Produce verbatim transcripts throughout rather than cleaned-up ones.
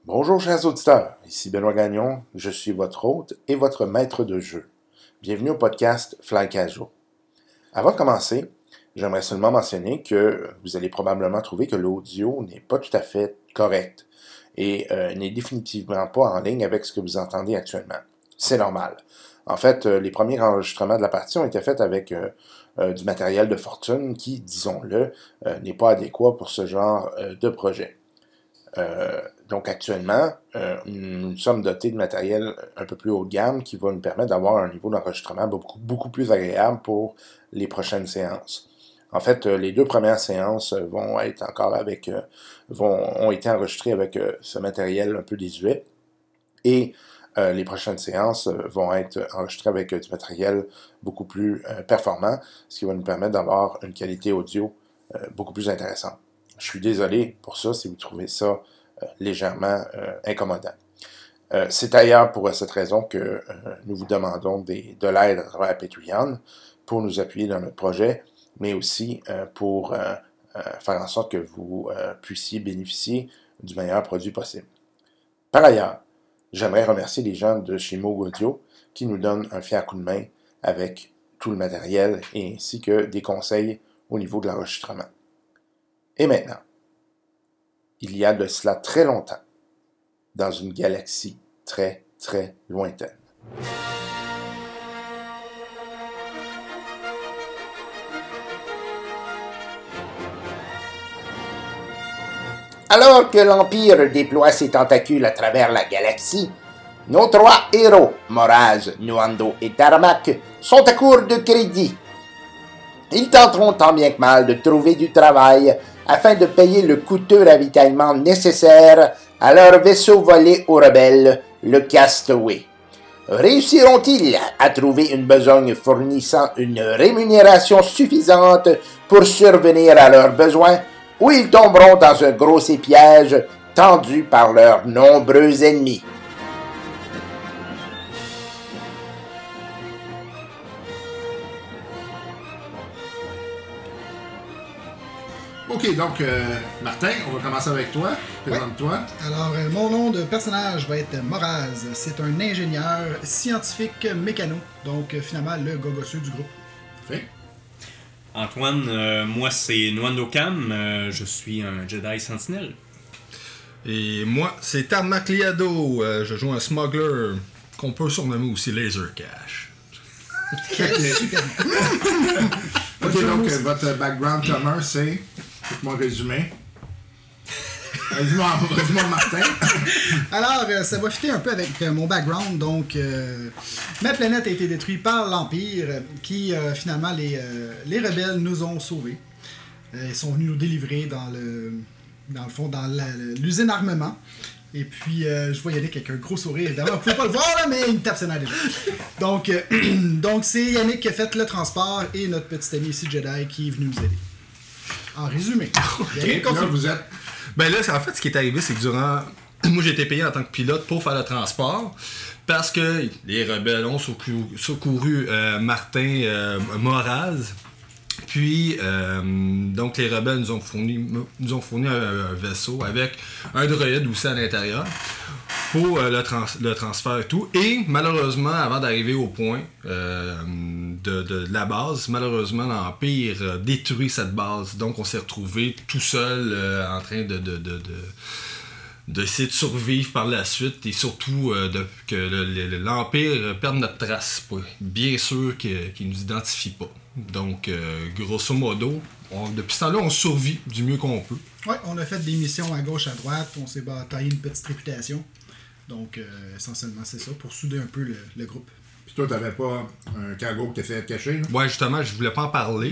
Bonjour chers auditeurs, ici Benoît Gagnon, je suis votre hôte et votre maître de jeu. Bienvenue au podcast Fly Casual. Avant de commencer, j'aimerais seulement mentionner que vous allez probablement trouver que l'audio n'est pas tout à fait correct et euh, n'est définitivement pas en ligne avec ce que vous entendez actuellement. C'est normal. En fait, euh, les premiers enregistrements de la partie ont été faits avec euh, euh, du matériel de fortune qui, disons-le, euh, n'est pas adéquat pour ce genre euh, de projet. Euh, donc actuellement, euh, nous sommes dotés de matériel un peu plus haut de gamme qui va nous permettre d'avoir un niveau d'enregistrement beaucoup, beaucoup plus agréable pour les prochaines séances. En fait, euh, les deux premières séances vont être encore avec, euh, vont, ont été enregistrées avec euh, ce matériel un peu désuet et euh, les prochaines séances vont être enregistrées avec euh, du matériel beaucoup plus euh, performant, ce qui va nous permettre d'avoir une qualité audio euh, beaucoup plus intéressante. Je suis désolé pour ça si vous trouvez ça euh, légèrement euh, incommodant. Euh, c'est d'ailleurs pour cette raison que euh, nous vous demandons des, de l'aide à travers Patreon pour nous appuyer dans notre projet, mais aussi euh, pour euh, euh, faire en sorte que vous euh, puissiez bénéficier du meilleur produit possible. Par ailleurs, j'aimerais remercier les gens de chez Moog Audio qui nous donnent un fier coup de main avec tout le matériel et ainsi que des conseils au niveau de l'enregistrement. Et maintenant, il y a de cela très longtemps, dans une galaxie très, très lointaine. Alors que l'Empire déploie ses tentacules à travers la galaxie, nos trois héros, Moraz, Nuando et Tarmac, sont à court de crédit. Ils tenteront tant bien que mal de trouver du travail afin de payer le coûteux ravitaillement nécessaire à leur vaisseau volé aux rebelles, le Castaway. Réussiront-ils à trouver une besogne fournissant une rémunération suffisante pour survenir à leurs besoins, ou ils tomberont dans un grossier piège tendu par leurs nombreux ennemis? Ok, donc euh, Martin, on va commencer avec toi. Présente-toi. Ouais. Alors, euh, mon nom de personnage va être Moraz. C'est un ingénieur scientifique mécano, donc euh, finalement le gogosseux du groupe. Fait. Antoine, euh, moi c'est Nuando Cam, euh, je suis un Jedi Sentinelle. Et moi, c'est Tarmac Liado, euh, je joue un smuggler qu'on peut surnommer aussi Laser Cash. Super. Ok, donc euh, votre background commun, c'est... Faites-moi résumer. Résume-moi, résume-moi Martin. Alors, euh, ça va fitter un peu avec euh, mon background. Donc, euh, ma planète a été détruite par l'Empire, qui, euh, finalement, les, euh, les rebelles nous ont sauvés. Euh, ils sont venus nous délivrer dans le, dans le fond, dans la, l'usine armement. Et puis, euh, je vois Yannick avec un gros sourire. Évidemment, vous pouvez pas le voir, là, mais il me tape ses nerfs déjà. Donc, euh, donc, c'est Yannick qui a fait le transport et notre petit ami ici, Jedi, qui est venu nous aider. En résumé. Okay, là, vous êtes... Ben là, en fait, ce qui est arrivé, c'est que durant... Moi, j'ai été payé en tant que pilote pour faire le transport parce que les rebelles ont secouru, secouru euh, Martin euh, Moraz. Puis, euh, donc, les rebelles nous ont fourni, nous ont fourni un, un vaisseau avec un droïde aussi à l'intérieur pour euh, le, trans, le transfert et tout. Et malheureusement, avant d'arriver au point euh, de, de, de la base, malheureusement, l'Empire euh, détruit cette base. Donc, on s'est retrouvé tout seul euh, en train de... de, de, de d'essayer de survivre par la suite et surtout euh, de, que le, le, l'Empire perde notre trace. Bien sûr qu'il ne nous identifie pas. Donc, euh, grosso modo, on, depuis ce temps-là, on survit du mieux qu'on peut. Ouais, on a fait des missions à gauche, à droite, on s'est bataillé une petite réputation. Donc, euh, essentiellement, c'est ça, pour souder un peu le, le groupe. Puis toi, t'avais pas un cargo que t'essayais de cacher, là? Ouais, justement, je voulais pas en parler.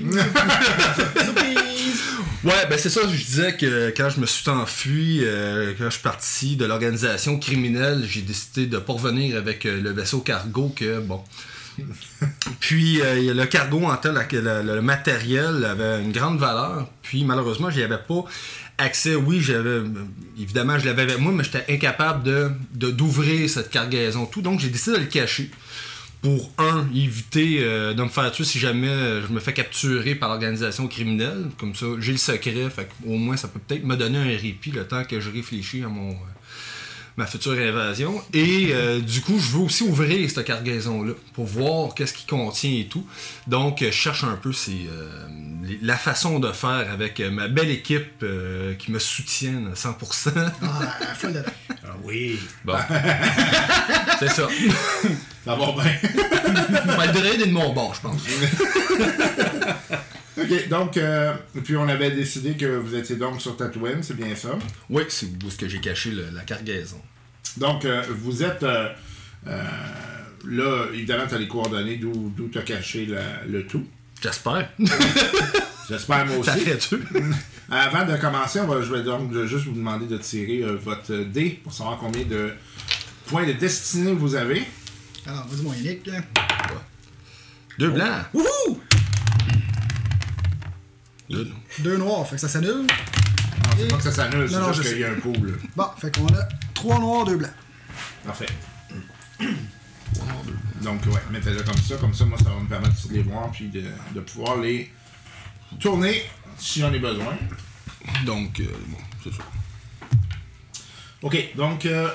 Ouais, ben c'est ça, je disais que quand je me suis enfui, euh, quand je suis parti de l'organisation criminelle, j'ai décidé de pas revenir avec euh, le vaisseau cargo que, bon... Puis euh, le cargo en tant que le, le, le matériel avait une grande valeur, puis malheureusement, j'y avais pas accès. Oui, j'avais évidemment, je l'avais avec moi, mais j'étais incapable de, de d'ouvrir cette cargaison, tout, donc j'ai décidé de le cacher. Pour, un, éviter euh, de me faire tuer si jamais je me fais capturer par l'organisation criminelle. Comme ça, j'ai le secret. Fait au moins, ça peut peut-être me donner un répit le temps que je réfléchis à mon, ma future invasion. Et euh, du coup, je veux aussi ouvrir cette cargaison-là pour voir qu'est-ce qu'il contient et tout. Donc, je cherche un peu c'est, euh, les, la façon de faire avec euh, ma belle équipe euh, qui me soutienne à cent pour cent. Ah, folle dedans. Ah oui. Bon. C'est ça. Ça va bien. Malgré de mon bord, je pense. Ok, donc, euh, puis on avait décidé que vous étiez donc sur Tatooine, c'est bien ça? Oui, c'est où est-ce que j'ai caché le, la cargaison. Donc, euh, vous êtes euh, euh, là, évidemment, tu as les coordonnées d'où tu as caché la- le tout. J'espère. J'espère moi aussi. Ça fait-tu? Avant de commencer, on va, je vais donc juste vous demander de tirer euh, votre dé pour savoir combien de points de destinée vous avez. Alors, vas-y, mon Yannick. Deux blancs. Wouhou! Deux. Deux noirs, fait que ça s'annule. Non, c'est Et- pas que ça s'annule, c'est Non, non, juste je qu'il y a un pool. là. Bon, fait qu'on a trois noirs, deux blancs. Parfait. Donc, ouais, mettez-le comme ça. Comme ça, moi, ça va me permettre de les voir puis de, de pouvoir les tourner si j'en ai besoin. Donc, euh, bon, c'est ça. OK, donc, euh,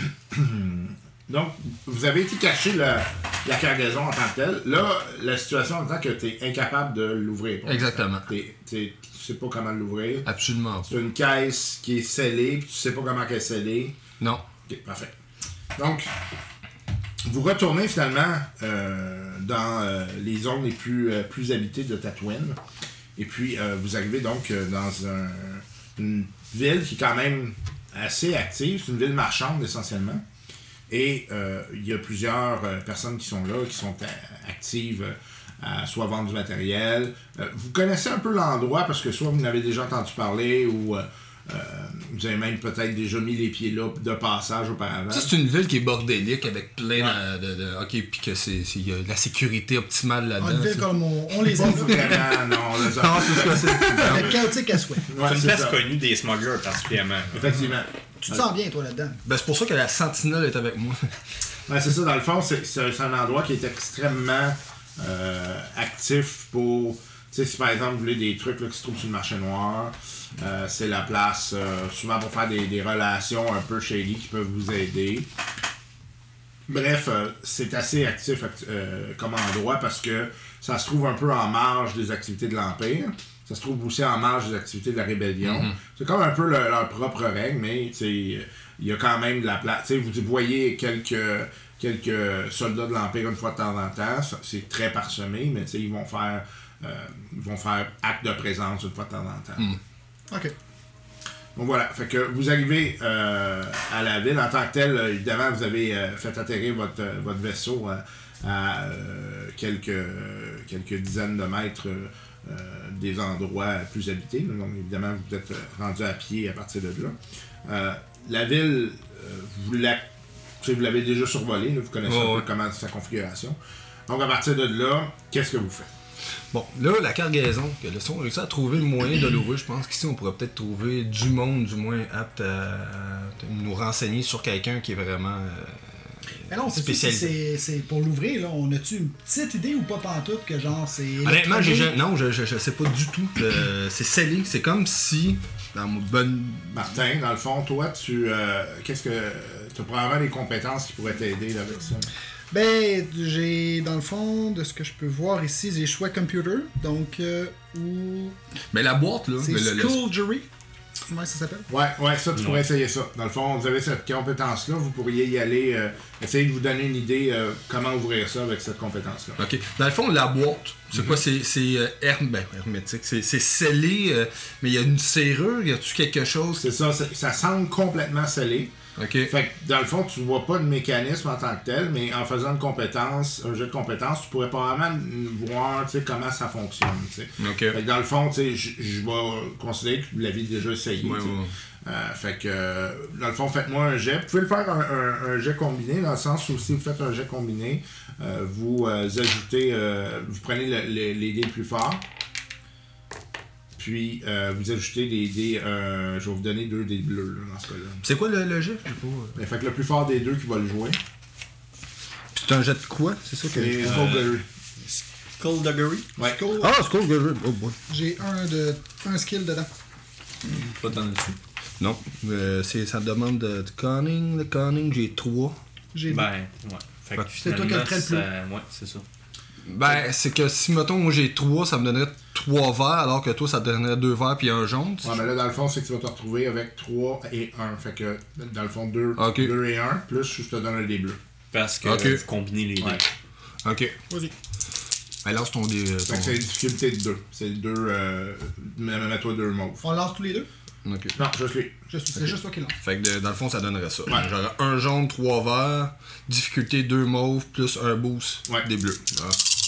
donc vous avez été caché la, la cargaison en tant que telle. Là, la situation en tant que tu es incapable de l'ouvrir. pour Exactement. l'instant. T'es- t'es- Tu sais pas comment l'ouvrir. Absolument pas. C'est une caisse qui est scellée, puis tu sais pas comment elle est scellée. Non. Ok, parfait. Donc, vous retournez finalement euh, dans euh, les zones les plus, euh, plus habitées de Tatooine. Et puis, euh, vous arrivez donc euh, dans un- une ville qui est quand même assez active. C'est une ville marchande essentiellement. Et euh, il y a plusieurs euh, personnes qui sont là, qui sont euh, actives euh, à soit vendre du matériel. Euh, vous connaissez un peu l'endroit parce que soit vous en avez déjà entendu parler ou euh, euh, vous avez même peut-être déjà mis les pieds là de passage auparavant. Ça, c'est une ville qui est bordélique avec plein de, de, de- OK, puis que c'est, c'est, y a de la sécurité optimale Ah, là-dedans. une ville c'est- comme on, on les Pas aime. vraiment, non. là, ça- Non, c'est ce que c'est. Le chaotique à souhait. Ouais, c'est une c'est place ça. connue des smugglers particulièrement. Effectivement. Tu te sens bien, toi, là-dedans. Ben, c'est pour ça que la sentinelle est avec moi. Ouais, c'est ça, dans le fond, c'est, c'est, c'est un endroit qui est extrêmement euh, actif pour. Tu sais, si par exemple vous voulez des trucs là, qui se trouvent sur le marché noir, euh, c'est la place euh, souvent pour faire des, des relations un peu shady qui peuvent vous aider. Bref, euh, c'est assez actif act- euh, comme endroit parce que ça se trouve un peu en marge des activités de l'Empire. Ça se trouve aussi en marge des activités de la Rébellion. Mm-hmm. C'est comme un peu le- leur propre règle, mais tu sais, il y a quand même de la place. Tu sais, vous voyez quelques, quelques soldats de l'Empire une fois de temps en temps. Ça, c'est très parsemé, mais tu sais, ils vont faire euh, ils vont faire acte de présence une fois de temps en temps. Mm. OK. Donc voilà, fait que vous arrivez euh, à la ville en tant que tel, euh, évidemment, vous avez euh, fait atterrir votre, euh, votre vaisseau euh, à euh, quelques, quelques dizaines de mètres euh, euh, des endroits plus habités. Donc évidemment, vous êtes rendu à pied à partir de là. Euh, la ville, euh, vous, la, tu sais, vous l'avez déjà survolée, là, vous connaissez Oh, un ouais. peu comment c'est sa configuration. Donc à partir de là, qu'est-ce que vous faites? Bon, là, la cargaison, que là, si on réussit à trouver le moyen de l'ouvrir, je pense qu'ici, on pourrait peut-être trouver du monde, du moins, apte à, à nous renseigner sur quelqu'un qui est vraiment euh, Mais non, c'est spécialisé. c'est c'est pour l'ouvrir, là. On a-tu une petite idée ou pas pantoute que genre c'est. Honnêtement, j'ai, électronique? non, je, je, je sais pas du tout. Euh, c'est scellé. C'est comme si, dans mon bonne. Martin, dans le fond, toi, tu euh, qu'est-ce que tu as probablement des compétences qui pourraient t'aider là, avec ça? Ben, j'ai, dans le fond, de ce que je peux voir ici, j'ai choix computer, donc, euh, ou... Mais la boîte, là. C'est le- le- le- Schoolgery. Comment ça s'appelle? Ouais, ouais, ça, tu Non. pourrais essayer ça. Dans le fond, vous avez cette compétence-là, vous pourriez y aller, euh, essayer de vous donner une idée euh, comment ouvrir ça avec cette compétence-là. OK. Dans le fond, la boîte, c'est quoi? C'est, c'est euh, herm- ben, hermétique. C'est, c'est scellé, euh, mais il y a une serrure. Y a-tu quelque chose? C'est ça, c'est- ça semble complètement scellé. OK. Fait que, dans le fond, tu vois pas de mécanisme en tant que tel, mais en faisant une compétence, un jeu de compétences, tu pourrais probablement voir, tu sais, comment ça fonctionne, tu sais. OK. Fait que dans le fond, tu sais, je je vais considérer que vous l'aviez déjà essayé. Ouais, tu sais. ouais. Euh, fait que, euh, dans le fond, faites-moi un jet. Vous pouvez le faire un, un- un jet combiné, dans le sens où si vous faites un jet combiné, euh, vous euh, ajoutez, euh, vous prenez le- le- les dés les plus forts, puis euh, vous ajoutez des dés, euh, je vais vous donner deux dés bleus là, dans ce cas-là. C'est quoi le, le jet? Je sais pas. euh. Mais fait que le plus fort des deux qui va le jouer, C'est un jet de quoi? C'est ça que. c'est Skullduggery. Skullduggery? Ouais. Skull, Ah, Skull Girl. Oh boy. j'ai un de un skill dedans. Pas dans le dessus. Non. Euh, c'est, ça demande de, de conning. Le conning, j'ai trois. J'ai dit. Ben, ouais. Fait que C'est toi qui as le trait le plus. ça- Ouais, c'est ça. Ben, c'est que si, mettons, moi j'ai trois, ça me donnerait trois verts, alors que toi, ça te donnerait deux verts puis un jaune. Ouais, mais là, dans le fond, c'est que tu vas te retrouver avec trois et un. Fait que, dans le fond, deux Ok. et un, plus je te donne un des bleus. Parce que Ok. vous combinez les deux. Ouais. Ok. Vas-y. Ben, lance ton dé. euh, Fait ton- que c'est une difficulté de deux. C'est deux. Euh, Mets-toi deux mauves. On lance tous les deux? Ok. Non, juste lui. Juste- C'est juste toi qui lance. Fait que de- dans le fond, ça donnerait ça. Ouais. J'aurais un jaune, trois verts, difficulté deux mauves, plus un boost Ouais. des bleus. Voilà.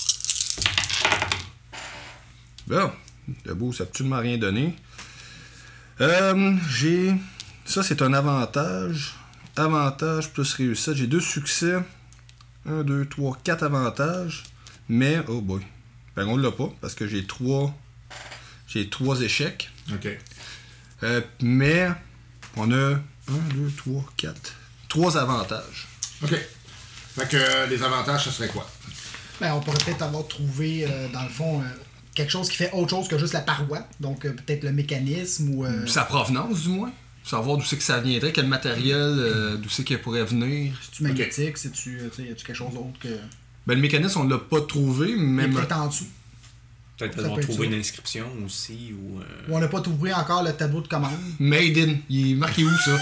Bon, le boost n'a absolument rien donné. Euh, j'ai. Ça, c'est un avantage. Avantage plus réussite. J'ai deux succès. Un, deux, trois, quatre avantages. Mais, oh boy. Ben, on l'a pas parce que j'ai trois. J'ai trois échecs. Ok. Euh, mais on a un, deux, trois, quatre. Trois avantages. Ok. Fait que euh, les avantages, ça serait quoi? Ben, on pourrait peut-être avoir trouvé, euh, dans le fond, euh, quelque chose qui fait autre chose que juste la paroi. Donc, euh, peut-être le mécanisme ou... euh, Sa provenance, du moins. Savoir d'où c'est que ça viendrait, quel matériel, euh, d'où c'est qu'il pourrait venir. C'est-tu magnétique? C'est-tu, euh, tu sais, y a-tu quelque chose d'autre que... Ben, le mécanisme, on l'a pas trouvé, Mais mais. peut-être en dessous. Peut-être Ça qu'ils vont peut être trouver ça. une inscription aussi. Ou, euh, Ou on n'a pas trouvé encore le tableau de commande. Made in. Il est marqué où, ça?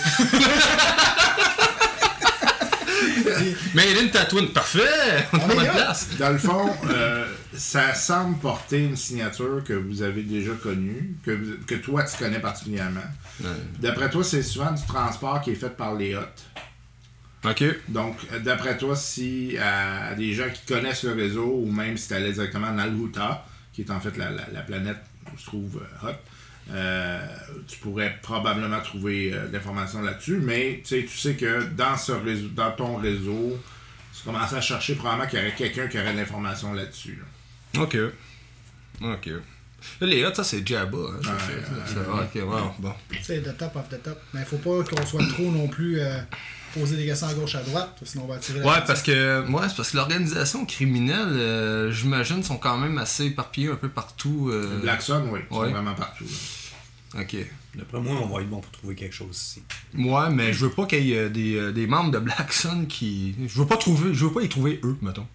Made in Tatooine. Parfait! On est On à est bonne là. place. Dans le fond, euh, ça semble porter une signature que vous avez déjà connue, que, vous- que toi tu connais particulièrement. Ouais. D'après toi, c'est souvent du transport qui est fait par les hottes. Ok. Donc, euh, d'après toi, si à des gens qui connaissent le réseau, ou même si tu allais directement dans Alhuta, qui est en fait la, la, la planète où se trouve euh, Hot, euh, tu pourrais probablement trouver euh, de l'information là-dessus, mais tu sais, tu sais que dans ce réseau, dans ton réseau, tu commences à chercher probablement qu'il y aurait quelqu'un qui aurait de l'information là-dessus. là. Ok. Ok. Là, les hot, ça, c'est Jabba. Hein, ça, Ouais, c'est- euh, ça. Ok, wow, bon. C'est de top of the top. Mais faut pas qu'on soit trop non plus euh, poser des questions à gauche à droite, sinon on va attirer la Ouais, attention. parce que ouais, c'est parce que l'organisation criminelle, euh, j'imagine, sont quand même assez éparpillées un peu partout. euh. Black Sun, oui, ils ouais. sont vraiment partout. là. Ok. D'après moi, on va être bon pour trouver quelque chose ici. Ouais, mais je veux pas qu'il y ait euh, des, euh, des membres de Black Sun qui. Je veux pas trouver. Je veux pas y trouver eux, mettons.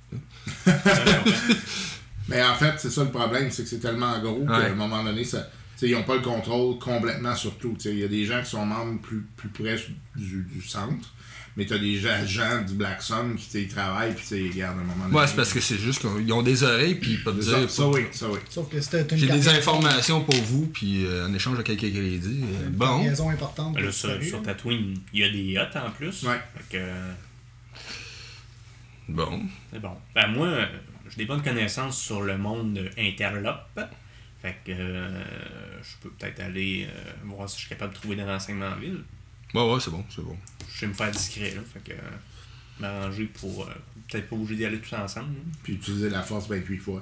Mais en fait, c'est ça le problème, c'est que c'est tellement gros qu'à Ouais. un moment donné, ça, tu sais, ils n'ont pas le contrôle complètement sur tout. Tu sais, il y a des gens qui sont membres plus, plus près du, du centre, mais tu as des gens, gens du Black Sun qui tu sais, ils travaillent puis tu sais, ils regardent à un moment donné. Ouais, c'est parce que c'est juste qu'ils ont des oreilles, puis ils peuvent Ça, dire. ça, oui, ça oui. Sauf que c'était une J'ai des cargaison- informations pour vous, puis euh, en échange de quelques crédits. euh, une bon. cargaison importante. Ben là, de sur, disparu. sur Tatooine, il y a des hottes en plus. Ouais. Fait que, Bon. c'est bon. Ben moi, euh, j'ai des bonnes connaissances sur le monde Interlope. Fait que euh, je peux peut-être aller euh, voir si je suis capable de trouver des renseignements en ville. Ouais, ouais, c'est bon, c'est bon. Je sais me faire discret, là. Fait que euh, m'arranger pour euh, peut-être pas obligé d'y aller tous ensemble. là. Puis utiliser la force vingt-huit fois.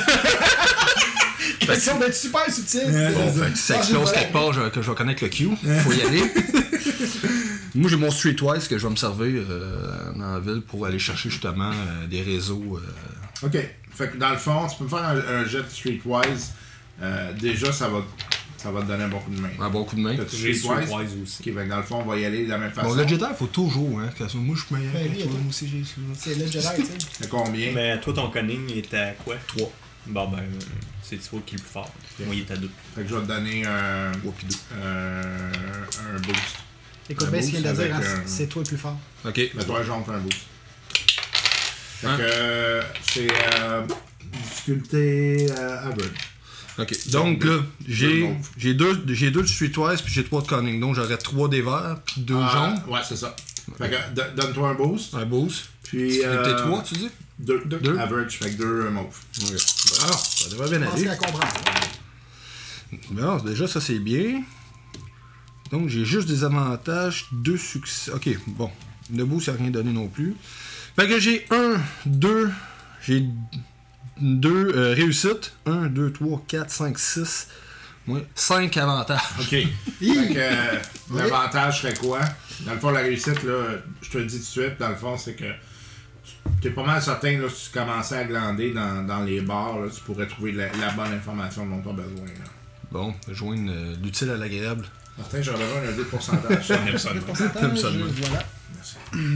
Question d'être super subtil. Bon, fait que si ça Ah, explose j'ai quelque part, je- que je vais connaître le Q. Faut y aller. Moi, j'ai mon Streetwise que je vais me servir euh, dans la ville pour aller chercher justement euh, des réseaux. euh, OK. Fait que dans le fond, tu peux me faire un, un jet de Streetwise. Euh, déjà, ça va, ça va te donner un bon coup de main. un bon coup de main. T'as-tu J'ai Streetwise? Streetwise aussi. OK, fait que dans le fond, on va y aller de la même façon. Bon, le Jedi, il faut toujours, hein. que ça- Moi, je suis meilleur. Ben, que lui, toi. attends. Moi aussi, j'ai ça. C'est le Jedi, tu sais. C'est combien? Mais toi, ton cunning, il était à quoi? Trois. Bon, ben, euh, c'est toi qui est le plus fort. Moi, il est à deux. Fait que je vais te donner un, Trois puis deux. euh, un boost. Écoute Un bien ce qu'il vient de boost dire, hein, avec un- c'est toi le plus fort. Ok. Mets-toi un jaune pour un boost. Fait Hein? que euh, c'est euh, difficulté euh, average. Ok. Donc Deux. là, j'ai Deux mauves. j'ai deux, j'ai deux de Streetwise puis j'ai trois de Cunning. Donc j'aurais trois des verts puis deux Ah, jaunes. Ouais, c'est ça. Fait que do- donne-toi un boost. Un boost. Puis. Difficulté euh, trois, tu dis? Deux. Deux. Average, fait que deux euh, mauves. Ok. Bon, ça devrait bien Je pense aller. qu'elle comprend. Bon, déjà, ça c'est bien. Donc, j'ai juste des avantages, deux succès. Ok, bon. Debout, ça n'a rien donné non plus. Fait que j'ai un, deux, j'ai deux euh, réussites. un, deux, trois, quatre, cinq, six. Ouais, cinq avantages. OK. Fait que euh, l'avantage serait quoi? Dans le fond, la réussite, là, je te le dis tout de suite, dans le fond, c'est que tu es pas mal certain, là, si tu commençais à glander dans, dans les bars, là, tu pourrais trouver la, la bonne information dont tu as besoin. Là. Bon, joindre euh, l'utile à l'agréable. Martin, j'aurais besoin d'un dé de pourcentage. On aime ça, Le nous. pourcentage, Comme ça, moi. voilà. Merci.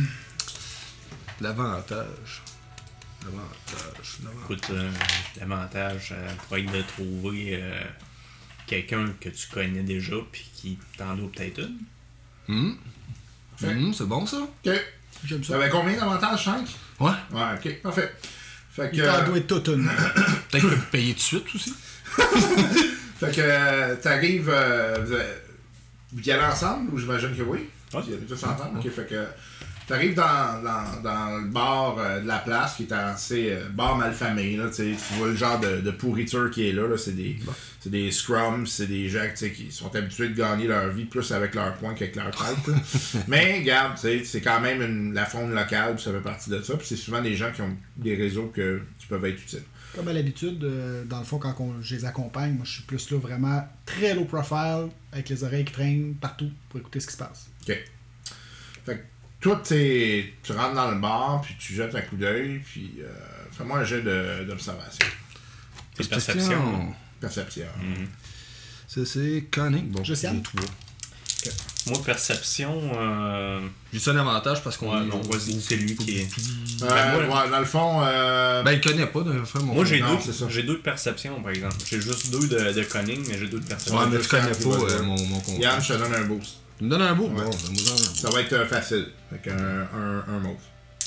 L'avantage. L'avantage. L'avantage. Écoute, euh, l'avantage euh, pourrait être de trouver euh, quelqu'un que tu connais déjà puis qui t'en doit peut-être une. Hum. Fait. Hum, c'est bon ça? OK. J'aime ça. T'avais combien d'avantages? cinq? Ouais. Ouais, OK. Parfait. Fait que... Il t'en doit être toute une. Peut-être que payer tout de suite aussi. Fait que euh, t'arrives... Euh, vous, euh, vous y allez ensemble, ou j'imagine que oui? Ouais. Vous y allez tous ensemble? OK, fait que... T'arrives dans, dans, dans le bar euh, de la place, qui est assez euh, bar malfamé, là, tu sais, tu vois le genre de, de pourriture qui est là, là c'est des, c'est des scrums, c'est des gens tu sais, qui sont habitués de gagner leur vie plus avec leurs points qu'avec leur tête. là. Mais, regarde, tu sais, c'est quand même une, la faune locale, puis ça fait partie de ça, puis c'est souvent des gens qui ont des réseaux que, qui peuvent être utiles. Comme à l'habitude, euh, dans le fond, quand on- je les accompagne, moi je suis plus là vraiment très low profile, avec les oreilles qui traînent partout pour écouter ce qui se passe. OK. Fait que toi, t'es- tu rentres dans le bar, puis tu jettes un coup d'œil, puis euh, fais-moi un jet de- d'observation. C'est perception. Perception. Mhm. Ça, c'est conique. Bon, Je j'ai sais. trois. Moi, perception, euh... J'ai un avantage parce qu'on ouais, est- non, vas-y, c'est lui qui est. Euh, Ben, moi- ouais, dans le fond, euh, Ben, il connaît pas de faire mon Moi, j'ai Non, deux, c'est ça. j'ai deux de perception, par exemple. J'ai juste deux de, de cunning, mais j'ai deux de perception. Ouais, mais je tu connais sais, pas c'est euh, bon. mon, mon compte. Yann, je te donne un boost. Tu me donnes un beau? Ouais. Bon, ben, moi, j'en ai un beau. Ça va être euh, facile. Fait qu'un un, un mauve.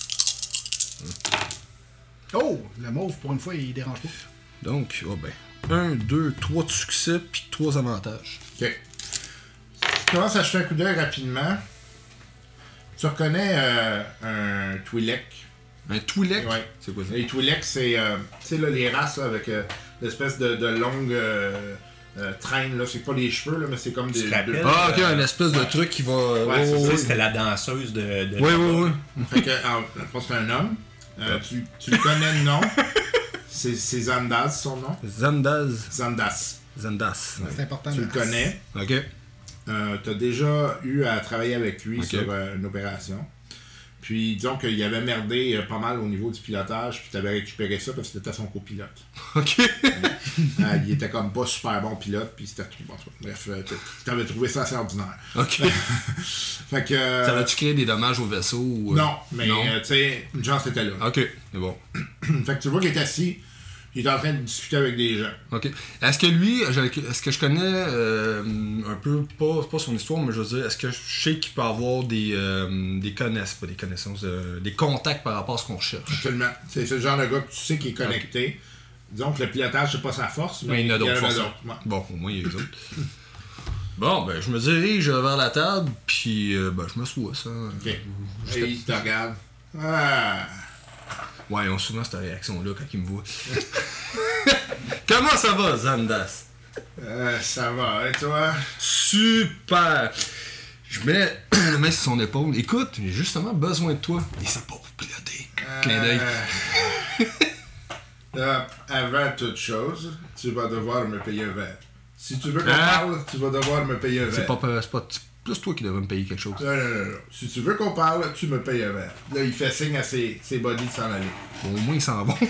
Oh! Le mauve, pour une fois, il dérange pas. Donc, oh ben, un, deux, trois de succès, puis trois avantages. OK. Tu commences à jeter un coup d'œil rapidement. Tu reconnais euh, un Twi'lek. Un Twi'lek? Ouais. C'est quoi ça? Les Twi'lek, c'est euh, tu sais, là, les races là, avec euh, l'espèce de, de longue euh, euh, traîne. Là. C'est pas les cheveux, là, mais c'est comme Tu des. te rappelles? deux- Ah, ok, un espèce de truc qui va. Ouais, c'est Ça, ça, c'était la danseuse de. de Oui, oui, oui. Fait que, en, je pense que c'est un homme. Euh, tu, tu le connais le nom. C'est c'est Zandas, son nom. Zandaz. Zandas. Zandas. C'est important. Tu de- le connais. Ok. Euh, tu as déjà eu à travailler avec lui Ok. sur euh, une opération. Puis disons qu'il avait merdé euh, pas mal au niveau du pilotage, puis tu avais récupéré ça parce que c'était son copilote. Ok. Ah, il était comme pas super bon pilote, puis c'était tout. Bon, bref, euh, tu avais trouvé ça assez ordinaire. Ok. Fait que. euh, Ça va-tu créer des dommages au vaisseau? Ou, euh? Non, mais Non. euh, tu sais, une chance était là. Ok, c'est bon. Fait que tu vois qu'il est assis, il est en train de discuter avec des gens. Ok. Est-ce que lui, je- est-ce que je connais euh, un peu, pas, pas son histoire, mais je veux dire, est-ce que je sais qu'il peut avoir des, euh, des connaissances, pas des connaissances, euh, des contacts par rapport à ce qu'on recherche? Absolument. C'est ce genre de gars que tu sais qui est connecté. Disons que le pilotage, c'est pas sa force, mais, Mais il y en a d'autres en forces. Ouais. Bon, au moins, il y a les autres. Bon, ben, je me dirige vers la table, puis euh, ben, je m'assois, ça. Ok. Et il te regarde. Ah! Ouais, ils ont souvent cette réaction-là quand ils me voient. Comment ça va, Zandas? Euh, ça va, et toi? Super! Je mets la main sur son épaule. Écoute, j'ai justement besoin de toi. Et ça pour piloter. Clin d'œil. Euh, euh, avant toute chose, tu vas devoir me payer un verre. Si tu veux qu'on Ah. parle, tu vas devoir me payer un C'est verre. pas, c'est pas c'est plus toi qui devrais me payer quelque chose. Non, non, non, non. Si tu veux qu'on parle, tu me payes un verre. Là, il fait signe à ses, ses buddies de s'en aller. Au moins, ils s'en vont.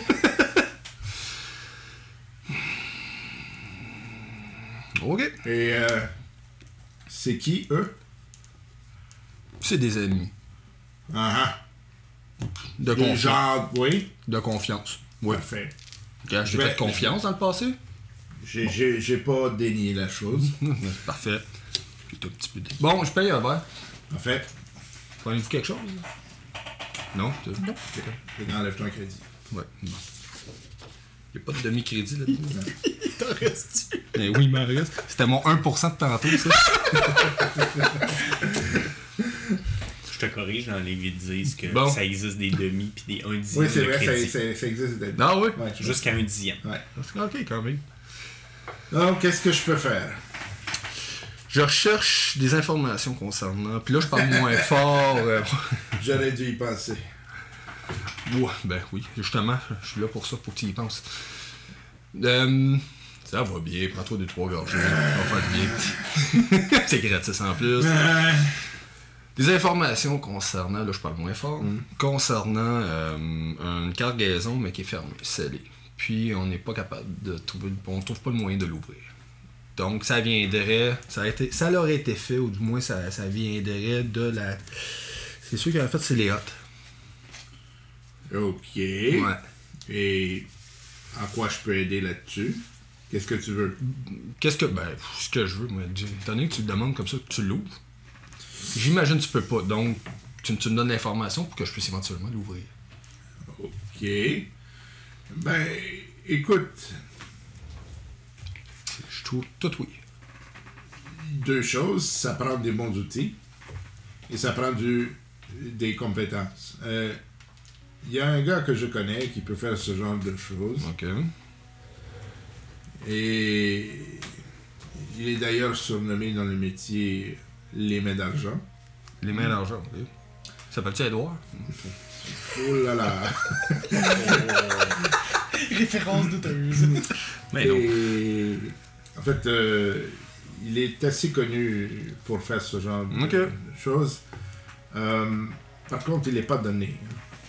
Ok. Et euh, c'est qui, eux? C'est des ennemis. Ah De ah. confiance. Genre, oui. De confiance. Oui. Parfait. J'ai Je vais- fait confiance dans le passé. J'ai- J'ai j'ai pas dénié la chose. Parfait. J'ai un petit peu de- Bon, je paye un verre. En fait, Prenez-vous quelque chose? Non? Non. enlève-toi un crédit. Ouais. Bon. Il n'y a pas de demi-crédit là-dedans. T'en restes-tu? Mais oui, il m'en reste. C'était mon un pour cent de tantôt, ça. Je te corrige, dans les vies disent que Bon. ça existe des demi puis des un dixième Oui, c'est de vrai, ça, crédit. ça, ça existe. des- Ah oui? Ouais, tu vois. Jusqu'à un dixième. Ouais. Ok, quand même. Donc, qu'est-ce que je peux faire? Je recherche des informations concernant. Puis là, je parle moins fort. euh, J'aurais dû y penser. Ouais, ben oui, justement, je suis là pour ça, pour que tu y penses. Euh, ça va bien, prends-toi deux, trois gorgées. Ça va faire du bien. C'est gratis en plus. Des informations concernant, là je parle moins fort, concernant euh, une cargaison, mais qui est fermée, scellée. Puis on n'est pas capable de trouver, on trouve pas le moyen de l'ouvrir. Donc ça viendrait, ça, a été, ça leur été fait, ou du moins ça, ça viendrait de la... C'est sûr qu'en fait c'est les hottes. Ok. Ouais. Et en quoi je peux aider là-dessus? Qu'est-ce que tu veux? Qu'est-ce que... Ben, ce que je veux, moi, étant donné que tu le demandes comme ça, tu l'ouvres. J'imagine que tu peux pas, donc tu, tu me donnes l'information pour que je puisse éventuellement l'ouvrir. Ok. Ben, écoute, Je trouve tout oui. deux choses, ça prend des bons outils et ça prend du, des compétences. Euh, Il y a un gars que je connais qui peut faire ce genre de choses. Ok. Et il est d'ailleurs surnommé dans le métier les mains d'argent. Les mains d'argent, ok. Ça s'appelle-tu Edouard? Oh là là! Référence douteuse. Mais non. Et en fait, euh, il est assez connu pour faire ce genre de Ok. choses. Euh, par contre, il n'est pas donné.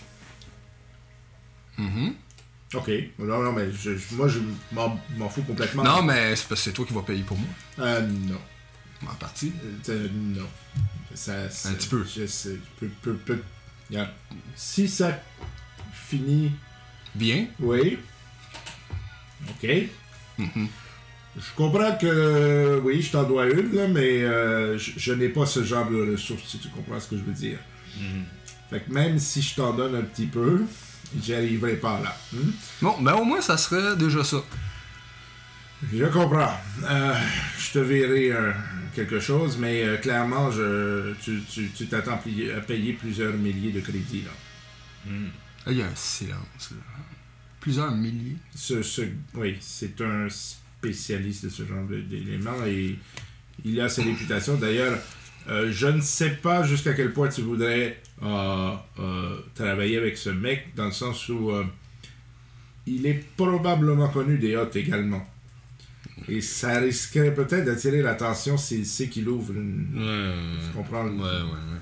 Mhm. Ok. Non, non, mais je, je- moi, je m'en, m'en fous complètement. Non, mais c'est parce que c'est toi qui vas payer pour moi. Euh, non. En partie. Euh, non. Ça, ça- Un petit peu. Je sais. Peu, peu, peu. Regarde. Si ça finit. Bien. Oui. Ok. Mhm. Je comprends que, oui, je t'en dois une, là, mais euh, je, je n'ai pas ce genre de ressources, si tu comprends ce que je veux dire. Mhm. Fait que même si je t'en donne un petit peu, j'y arriverai pas là. Hmm? Bon, ben au moins ça serait déjà ça. Je comprends. Euh, je te verrai euh, quelque chose, mais euh, clairement, je, tu, tu, tu t'attends pli- à payer plusieurs milliers de crédits, là. Mhm. Là, il y a un silence. Là. Plusieurs milliers. Ce, ce, oui, c'est un spécialiste de ce genre de- d'éléments et il a sa réputation. D'ailleurs, euh, je ne sais pas jusqu'à quel point tu voudrais euh, euh, travailler avec ce mec, dans le sens où euh, il est probablement connu des hôtes également. Et ça risquerait peut-être d'attirer l'attention s'il sait qu'il ouvre une... Ouais, Tu comprends? ouais, ouais, ouais.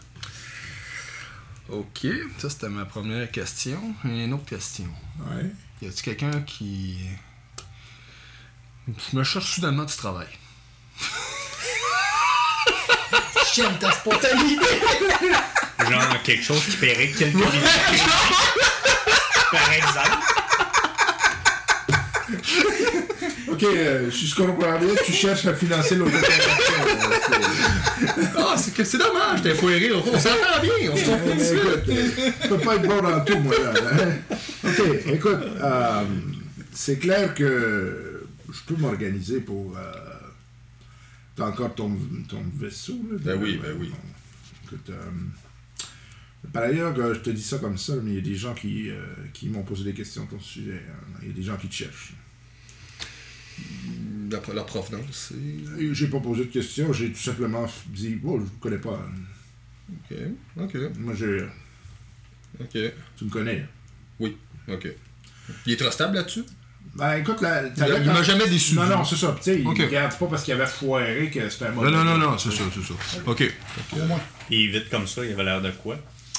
Ok, ça c'était ma première question. Et une autre question. Ouais. Y a-t-il quelqu'un qui. Je me cherche soudainement du travail. J'aime ta spontanéité. Genre quelque chose qui paierait quelques milliers. Par exemple. Ok, euh, si je comprends bien, tu cherches à financer l'auto-formation. Ah, c'est que c'est dommage, t'es foiré. On s'entend bien, on se comprend tout de suite. Écoute, je peux pas être bon dans tout, moi, là. hein. Ok, écoute, euh, c'est clair que je peux m'organiser pour... Euh, t'as encore ton, ton vaisseau, là? Ben oui, ben oui. Écoute, euh, par ailleurs, euh, je te dis ça comme ça, mais il y a des gens qui, euh, qui m'ont posé des questions à ton sujet. hein. Il y a des gens qui te cherchent. D'après la provenance, c'est. Et j'ai pas posé de questions, j'ai tout simplement dit, oh, je vous connais pas. Ok, ok, Moi, j'ai... ok. Tu me connais. Oui, ok. Il est trustable là-dessus? Ben écoute, la, Il il m'a jamais déçu. Non, non, c'est ça. Tu sais, Ok. il regarde c'est pas parce qu'il avait foiré que c'était un Non, mauvais. non, non, non, c'est ça, c'est ça. Ok. Au moins. Et vite comme ça, il avait l'air de quoi?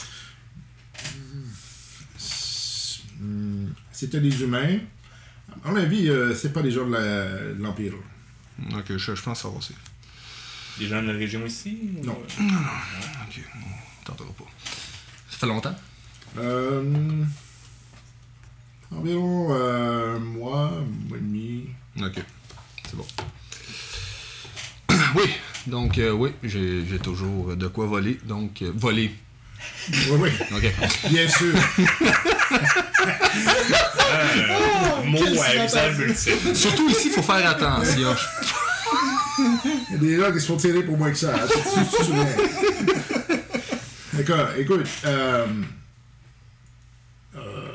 Hmm, C'était des humains. À mon avis, euh, c'est pas des gens de la- de l'Empire. Ok, je, je pense savoir c'est. Des gens de la région ici? ou- Non. Ok, on t'entendra pas. Ça fait longtemps? Euh, environ euh, un mois, un mois et demi. Ok, c'est bon. Oui, donc euh, oui, j'ai j'ai toujours de quoi voler. Donc, euh, voler. Oui, oui, Ok. bien sûr. Euh, mot quel à usage silence. multiple. Surtout ici, il faut faire attention. Il y a des gens qui se font tirer pour moins que ça. hein, tu- tu- tu te souviens. D'accord, écoute. Euh, euh,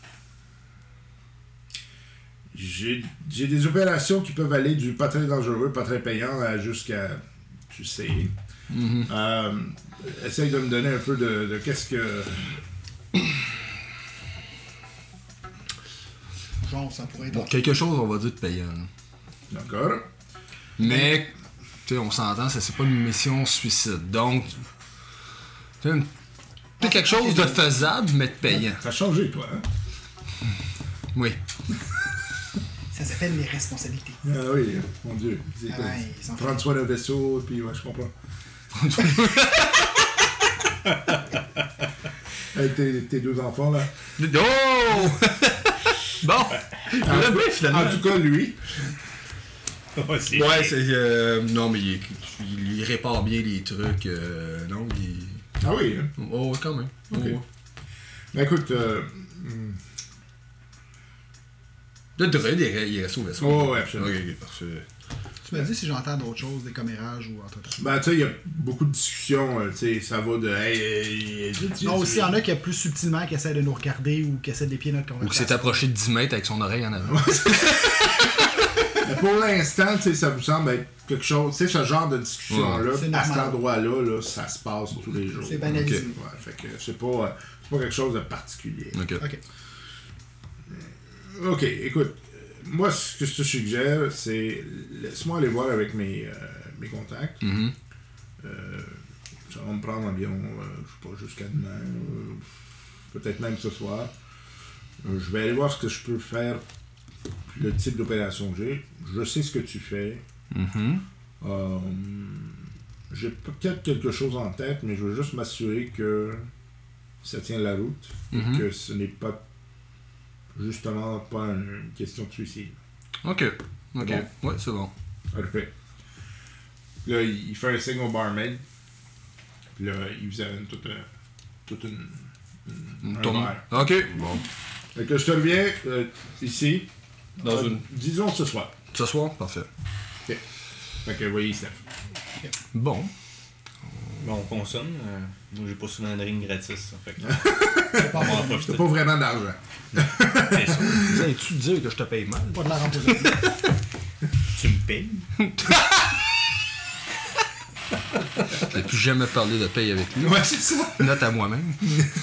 j'ai j'ai des opérations qui peuvent aller du pas très dangereux, pas très payant, à jusqu'à, tu sais. Mhm. Euh, essaye de me donner un peu de, de qu'est-ce que... Genre, ça pourrait être. Bon, quelque chose, on va dire, de payant. là. D'accord. Mais, tu sais, on s'entend, ça, c'est pas une mission suicide. Donc, tu sais, une- tu sais, quelque chose de faisable, mais de payant. Ça a changé, toi, hein? Oui. Ça s'appelle les responsabilités. Ah oui, mon Dieu. C'est Ah quoi? ouais, ils sont Prendre soin d'un vaisseau, puis ouais, je comprends. Avec tes, tes deux enfants, là. Oh! Bon! Il l'a bien, finalement. En tout cas, lui. Ouais, c'est Ouais, c'est. Euh, non, mais il, est- il, il répare bien les trucs. Euh, non, il. Ah oui, hein? Oh, quand même. Ok. Oh. Mais écoute, euh, hmm, Le droit, il est il reste au vaisseau. Oh, ouais, absolument. Ok, ok, parfait. Tu m'as dit si j'entends d'autres choses, des commérages ou autre chose. ben, tu sais, il y a beaucoup de discussions, euh, tu sais, ça va de. Hey, hey, hey, tu- Non, tu- aussi, il y en a qui, plus subtilement, qui essaient de nous regarder ou qui essaient d'épier notre Ou qui conversation. s'est approché de dix mètres avec son oreille en avant. Mais pour l'instant, tu sais, ça vous semble être quelque chose. Tu sais, ce genre de discussion-là, Ouais, c'est à cet normal. endroit-là, là, ça se passe tous les jours. C'est banalisé. Ok. Ouais, fait que c'est pas, euh, c'est pas quelque chose de particulier. Ok. Ok. Ok, écoute, euh, moi, ce que je te suggère, c'est laisse-moi aller voir avec mes, euh, mes contacts. Mhm. Euh, ça va me prendre environ, euh, je sais pas, jusqu'à demain, euh, peut-être même ce soir. Euh, je vais aller voir ce que je peux faire, le type d'opération que j'ai. Je sais ce que tu fais. Mhm. Euh, j'ai peut-être quelque chose en tête, mais je veux juste m'assurer que ça tient la route et Mhm. que ce n'est pas justement pas une question de suicide. Ok. Ok. Bon. Ouais, c'est bon. Parfait. Là, il il fait un signe au barmaid. Puis là, il vous amène toute, un- toute une. une- un Tourne. verre. Ok. Bon. Fait que je te reviens euh, ici. Dans euh, une- Disons ce soir. Ce soir, parfait. Fait que voyez, Steph. Bon. Bon, on consomme. euh, moi, j'ai pas souvent de ring gratis. Ça, fait que, C'est pas on va en bon. T'as profiter. pas vraiment d'argent. C'est ça. Viens-tu dire que je te paye mal? Pas de la remposer. Tu me payes? Je n'ai plus jamais parlé de paye avec lui. Ouais, c'est ça. Note à moi-même.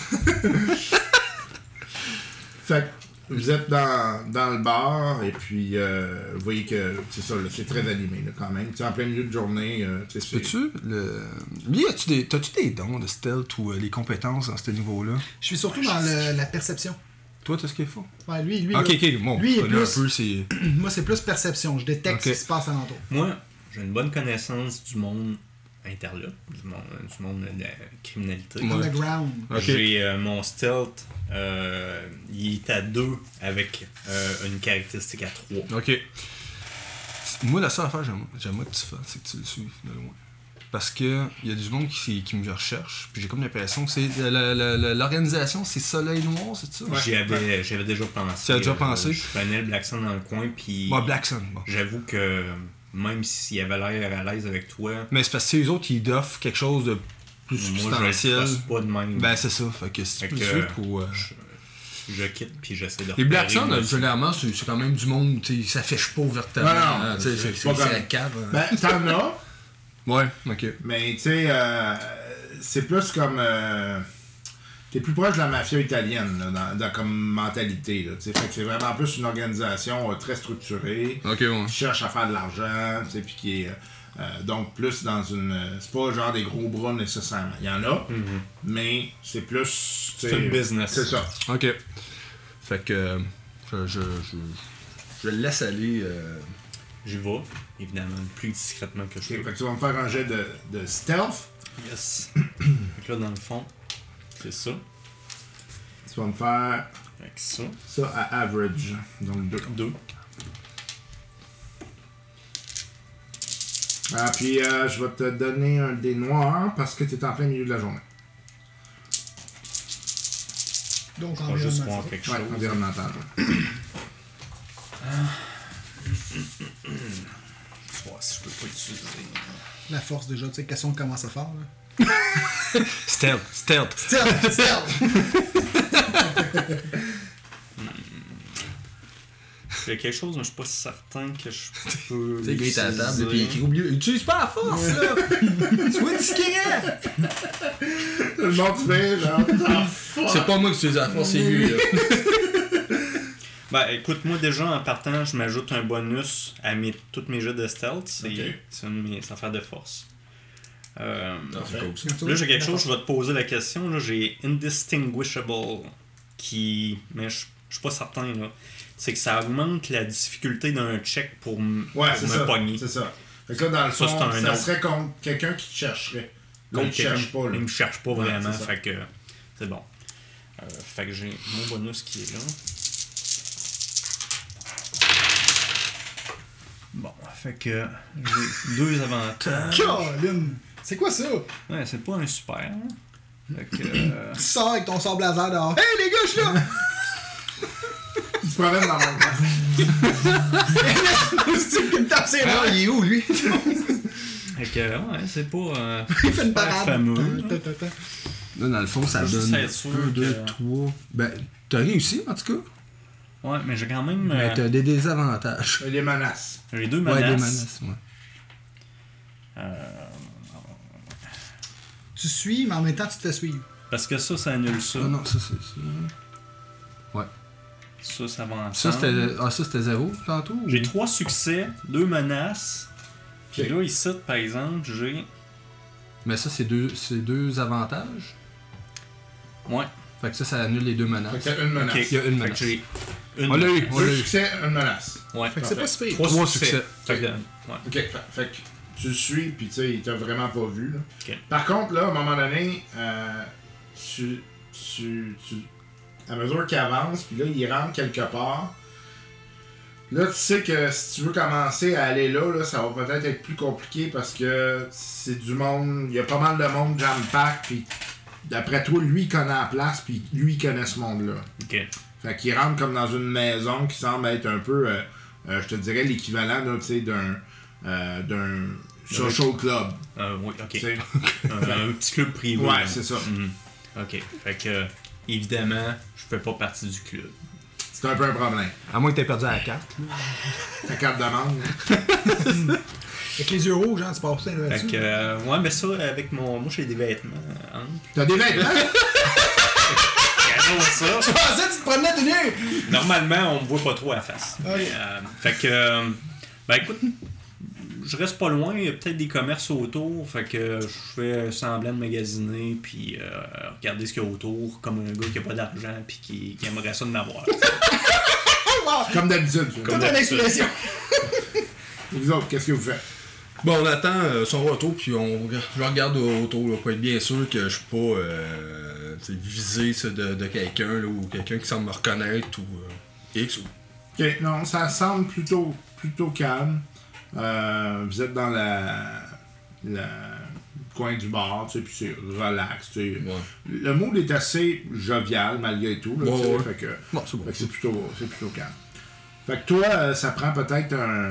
Fait que vous êtes dans, dans le bar et puis euh, vous voyez que c'est ça, là, c'est très animé là, quand même. Tu sais, en plein milieu de journée, euh, tu sais, c'est- Peux-tu le. Lui, as-tu des. T'as-tu des dons de stealth ou euh, les compétences dans ce niveau-là? Je suis surtout dans le- la perception. Toi, t'as ce qu'il faut? Ouais, lui, lui, Ok, là, ok, bon. lui, il est connais plus- un peu, c'est. moi, c'est plus perception. Je détecte Ok. ce qui se passe alentour. Moi, j'ai une bonne connaissance du monde interlope, du monde, du monde de la criminalité. Ouais. Underground. Ok. J'ai euh, mon stealth, euh, il est à deux avec euh, une caractéristique à trois. Ok. Moi, la seule affaire que j'aime- j'aimerais que tu fasses, c'est que tu le suives de loin. Parce que il y a du monde qui, qui me recherche, puis j'ai comme l'impression que c'est. la- la- la- L'organisation, c'est Soleil Noir, c'est ça? J'y avais, j'avais déjà pensé. Tu as déjà euh, pensé? Je connais le Black Sun dans le coin, puis Bon, Black Sun, bon. j'avoue que même s'il avait l'air à l'aise avec toi, Mais c'est parce que les autres, ils offrent quelque chose de plus moi je le substantiel. trace pas de même. Ben, c'est ça. Fait que si tu Fait peux le que, suivre pour. euh, je quitte, puis j'essaie de Les Black repérer, Sun, moi, généralement, c'est c'est quand même du monde, tu sais, ça s'affiche pas ouvertement. Non, non, hein, tu sais, c'est c'est pas c'est comme- la cave. hein. Ben, t'en as, Ouais, ok. mais tu sais, euh, c'est plus comme. Euh, T'es plus proche de la mafia italienne, là, dans, dans- comme mentalité. Là, tu sais. Fait que c'est vraiment plus une organisation euh, très structurée, Ok, ouais. qui cherche à faire de l'argent, tu sais, puis qui est. euh, euh, donc plus dans une. euh, C'est pas genre des gros bras nécessairement. Il y en a, mais c'est plus. tu sais, C'est une business. C'est ça. Ok. Fait que. euh, Je, je, je, je le laisse aller. euh, J'y vais, évidemment, le plus discrètement que je Ok, peux. fait que tu vas me faire un jet de, de stealth. Yes. Donc là, dans le fond, c'est ça. Tu vas me faire Avec ça. ça à average. Donc deux. Deux. Ah, puis euh, je vais te donner un dé noir parce que tu es en plein milieu de la journée. Donc, On va juste environnement. voir quelque Ouais, chose. environnemental. Je vais voir si je peux pas utiliser. La force, déjà, tu sais, question de commence à faire. Là. Stealth, stealth. Stealth! Stealth! Il y a quelque chose, mais je suis pas certain que je peux. Tu sais, le gars est à la table, l'utiliser. puis il écrit au milieu. Utilise pas la force, là! Sois discret! Le monde fait genre. Ah, C'est pas moi qui utilise la force, c'est lui, là. Ben écoute, moi déjà en partant, je m'ajoute un bonus à mes, toutes mes jeux de stealth. C'est Ok. c'est une de mes affaires de force. Euh, C'est cool, ça. là, j'ai quelque chose, je vais te poser la question. Là, j'ai Indistinguishable qui. Mais je je suis pas certain là. c'est que ça augmente la difficulté d'un check pour, m- Ouais, pour c'est me ça. pogner. C'est ça. Fait que là, dans le Ça, fond, c'est un ça autre. serait contre quelqu'un qui te chercherait. Là, il te quelqu'un- cherche pas, là. Il me cherche pas Ouais, vraiment, c'est ça. fait que c'est bon. Euh, fait que j'ai mon bonus qui est là. Bon, fait que j'ai deux avantages. Colin! C'est quoi ça? Ouais, c'est pas un super. Hein? Fait que. euh, Tu sors avec ton sort blazer dehors. Hey les gars, je suis là! Il se promène dans mon cas. C'est qui me tape ses Ah, mains. il est où, lui? Fait que, ouais, c'est pas. Euh, Il fait une super parade. fameux. Ta, ta, ta. Là, dans le fond, ça Juste donne être sûr un, deux, que- trois. Ben, t'as réussi, en tout cas. Ouais, mais j'ai quand même. Mais euh, t'as des désavantages. Les menaces. j'ai deux Ouais, menaces. des menaces, ouais. Euh, Tu suis, mais en même temps, tu te fais suivre. parce que ça, ça annule ça. Ah non, ça, c'est ça. Ouais. Ça, ça va Ça, ensemble. c'était ah, ça, c'était zéro, tantôt? ou- J'ai trois succès, deux menaces. Puis Ok. là, ici, par exemple, j'ai. Mais ça, c'est deux, c'est deux avantages. Ouais. Fait que ça, ça annule les deux Fait menaces. que c'est une menace. Ok. Il y a une Fait que menace. j'ai une. On l'a eu, on l'a Deux eu. succès, une menace. Ouais. Fait que c'est pas si pire. Trois, Trois succès. succès. Fait que, ouais. Ok, fait, fait que tu le suis, puis tu sais, il t'a vraiment pas vu. Là. Ok. Par contre, là, à un moment donné, euh, tu, tu, tu, à mesure qu'il avance, puis là, il rentre quelque part. Là, tu sais que si tu veux commencer à aller là, là ça va peut-être être plus compliqué parce que c'est du monde, il y a pas mal de monde jam-pack, puis d'après toi, lui, il connaît la place, puis lui, il connaît ce monde-là. Ok. Fait qu'il rentre comme dans une maison qui semble être un peu, euh, euh, je te dirais, l'équivalent là, tu sais, d'un, euh, d'un social club. Euh, oui, ok. tu sais. un, un petit club privé. Ouais, là. c'est ça. Mhm. Ok. Fait que, évidemment, je fais pas partie du club. C'est un peu un problème. À moins que t'aies perdu à la carte. Ta carte d'amende. Avec les yeux rouges, hein, tu passes ça Fait là-dessus. que, euh, ouais, mais ça, avec mon. Moi, j'ai des vêtements euh, amples. T'as des vêtements? Regardons ça. Je pensais que tu te promenais tout nu! Normalement, on me voit pas trop à la face. Ok. Euh, fait que, euh, ben écoute, je reste pas loin, il y a peut-être des commerces autour, fait que je fais semblant de magasiner, puis euh, regarder ce qu'il y a autour, comme un gars qui a pas d'argent, puis qui, qui aimerait ça de m'avoir. Comme d'habitude. Toute Comme une d'habitude. expression! Et vous autres, qu'est-ce que vous faites? Bon, on attend euh, son retour, puis on je regarde autour là, pour être bien sûr que je suis pas euh, tu sais, visé ça, de, de quelqu'un là, ou quelqu'un qui semble me reconnaître ou euh, X. Ou... Ok, non, ça semble plutôt, plutôt calme. Euh, vous êtes dans la, la le coin du bar, tu sais, puis c'est relax, tu sais. Ouais. Le mood est assez jovial malgré tout, là, Ouais, tu sais, ouais. fait que, Bon, c'est bon. fait que c'est plutôt, c'est plutôt calme. Fait que toi, euh, ça prend peut-être un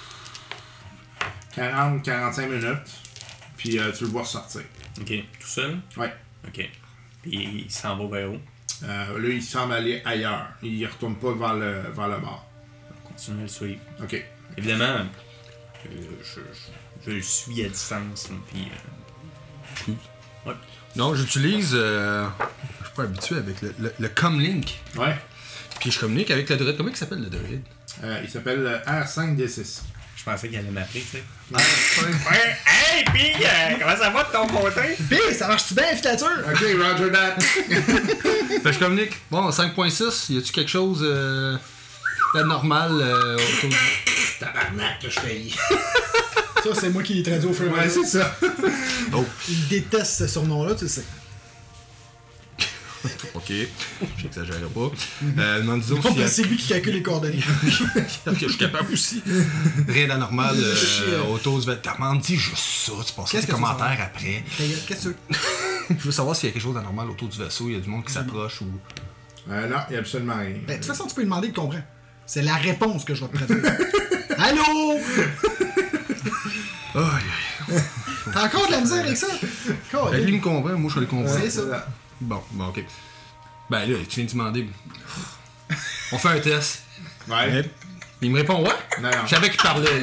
quarante à quarante-cinq minutes, puis euh, tu le vois ressortir. Ok, tout seul? Ouais. Ok. Puis il s'en va vers où? Euh, là, il semble aller ailleurs. Il retourne pas vers le, vers le bar. On continue à le suivre. Ok. Évidemment, euh, je, je, je le suis à distance, là, puis... euh, ouais. Non, j'utilise. Euh, je suis pas habitué avec le, le, le comlink. Ouais. Puis je communique avec le druide. Comment il s'appelle le druide? Euh, il s'appelle euh, R cinq D six. Je pensais qu'il allait m'appeler, tu sais. Ouais, hey, pis, euh, comment ça va de ton côté? Pis, ça marche-tu bien, infiltrature? Ok, Roger that. Fait que je communique. Bon, cinq point six, y a-tu quelque chose euh, d'anormal euh, autour du... Tabarnak que je fais. Ça, c'est moi qui l'ai traduit au fur et à Ouais, mesure. c'est ça. Oh, Il déteste ce surnom-là, tu le sais. ok. J'exagérerai pas. Euh, non, disons Bon, s'il y a... ben, c'est lui qui calcule les coordonnées. que je suis capable aussi. Rien d'anormal euh, Chier. autour du vêtement. Dis juste ça, tu passes Qu'est-ce des que tu commentaires veux après. Qu'est-ce que tu veux? Je veux savoir s'il y a quelque chose d'anormal autour du vaisseau, il y a du monde qui s'approche ou... Euh, non, il n'y a absolument rien. Ben, de toute façon, tu peux lui demander, il comprend. C'est la réponse que je vais te traduire. Allô? Aïe, aïe. T'as encore de la misère avec ça? Ben, lui me comprend, moi je le comprends. C'est ça. Bon, bon, ok. Ben là, tu viens de demander. On fait un test. Ouais. Il me répond ouais. Non, non. Je savais qu'il parlait, lui.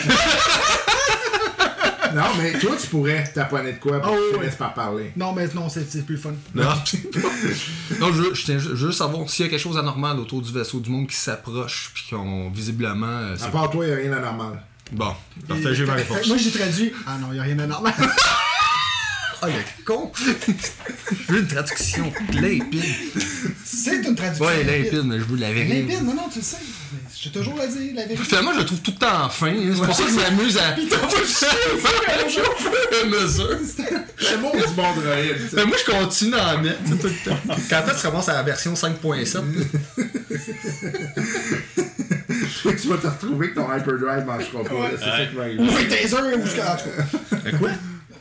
Non, mais toi, tu pourrais taponner de quoi pour Oh, que tu ouais. finisses par parler. Non, mais non, c'est c'est plus le fun. Non. Non, je, veux- je, tiens- je veux juste savoir s'il y a quelque chose d'anormal autour du vaisseau, du monde qui s'approche, puis qu'on visiblement. euh, c'est- À part toi, il n'y a rien d'anormal. Bon, parfait, j'ai ma Fait- fait- réponse. Moi, j'ai traduit. Ah non, il n'y a rien de normal. Ah, le con! Je veux une traduction limpide. C'est une traduction. Ouais, limpide, mais je veux la vérité. Limpide, non, non, tu le sais. J'ai toujours le dire, la vérité. Finalement, je le trouve tout le temps fin. Hein. C'est pour ça que je m'amuse à. Pis t'as pas le chier au fur et à mesure. C'est bon du bon droïde. Mais moi, je continue à en mettre tout le temps. Quand est-ce que tu commences à la version cinq point sept? Tu vas te retrouver que ton hyperdrive marchera pas. Ouais. C'est ça qui va arriver. Ou un taser ou ce que. En tout cas. Quoi?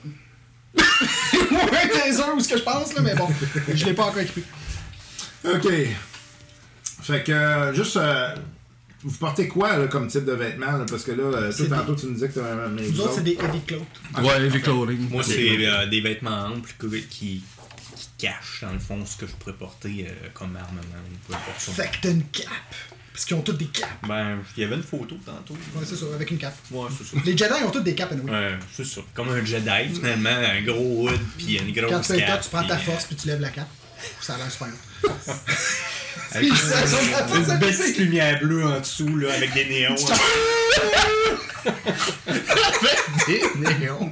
Ou un taser ou ce que je pense, là, mais bon. Je l'ai pas encore équipé. Ok. Fait que, euh, juste. Euh, vous portez quoi là, comme type de vêtements? Là, parce que là, euh, tout C'est tantôt, tu nous disais que tu avais mes Nous autres, c'est des heavy clothes. Ouais, heavy clothing. Moi, c'est euh, des vêtements amples qui, qui, qui cachent, dans le fond, ce que je pourrais porter euh, comme armement. Peu importe ça. Fait que t'as une cape. Parce qu'ils ont toutes des capes. Ben, il y avait une photo tantôt. Ouais, c'est ça, avec une cape. Ouais, c'est ça. Les Jedi ont toutes des capes, anyway. Ouais, c'est ça. Comme un Jedi, finalement, un gros hood, puis une grosse Quand tu fais le cape. top, tu prends ta puis, force, puis tu lèves la cape. Ça a l'air super. Avec une, Ça, ça, ça, une ça, belle ça, petite lumière bleue en dessous, là, avec des néons. Des néons.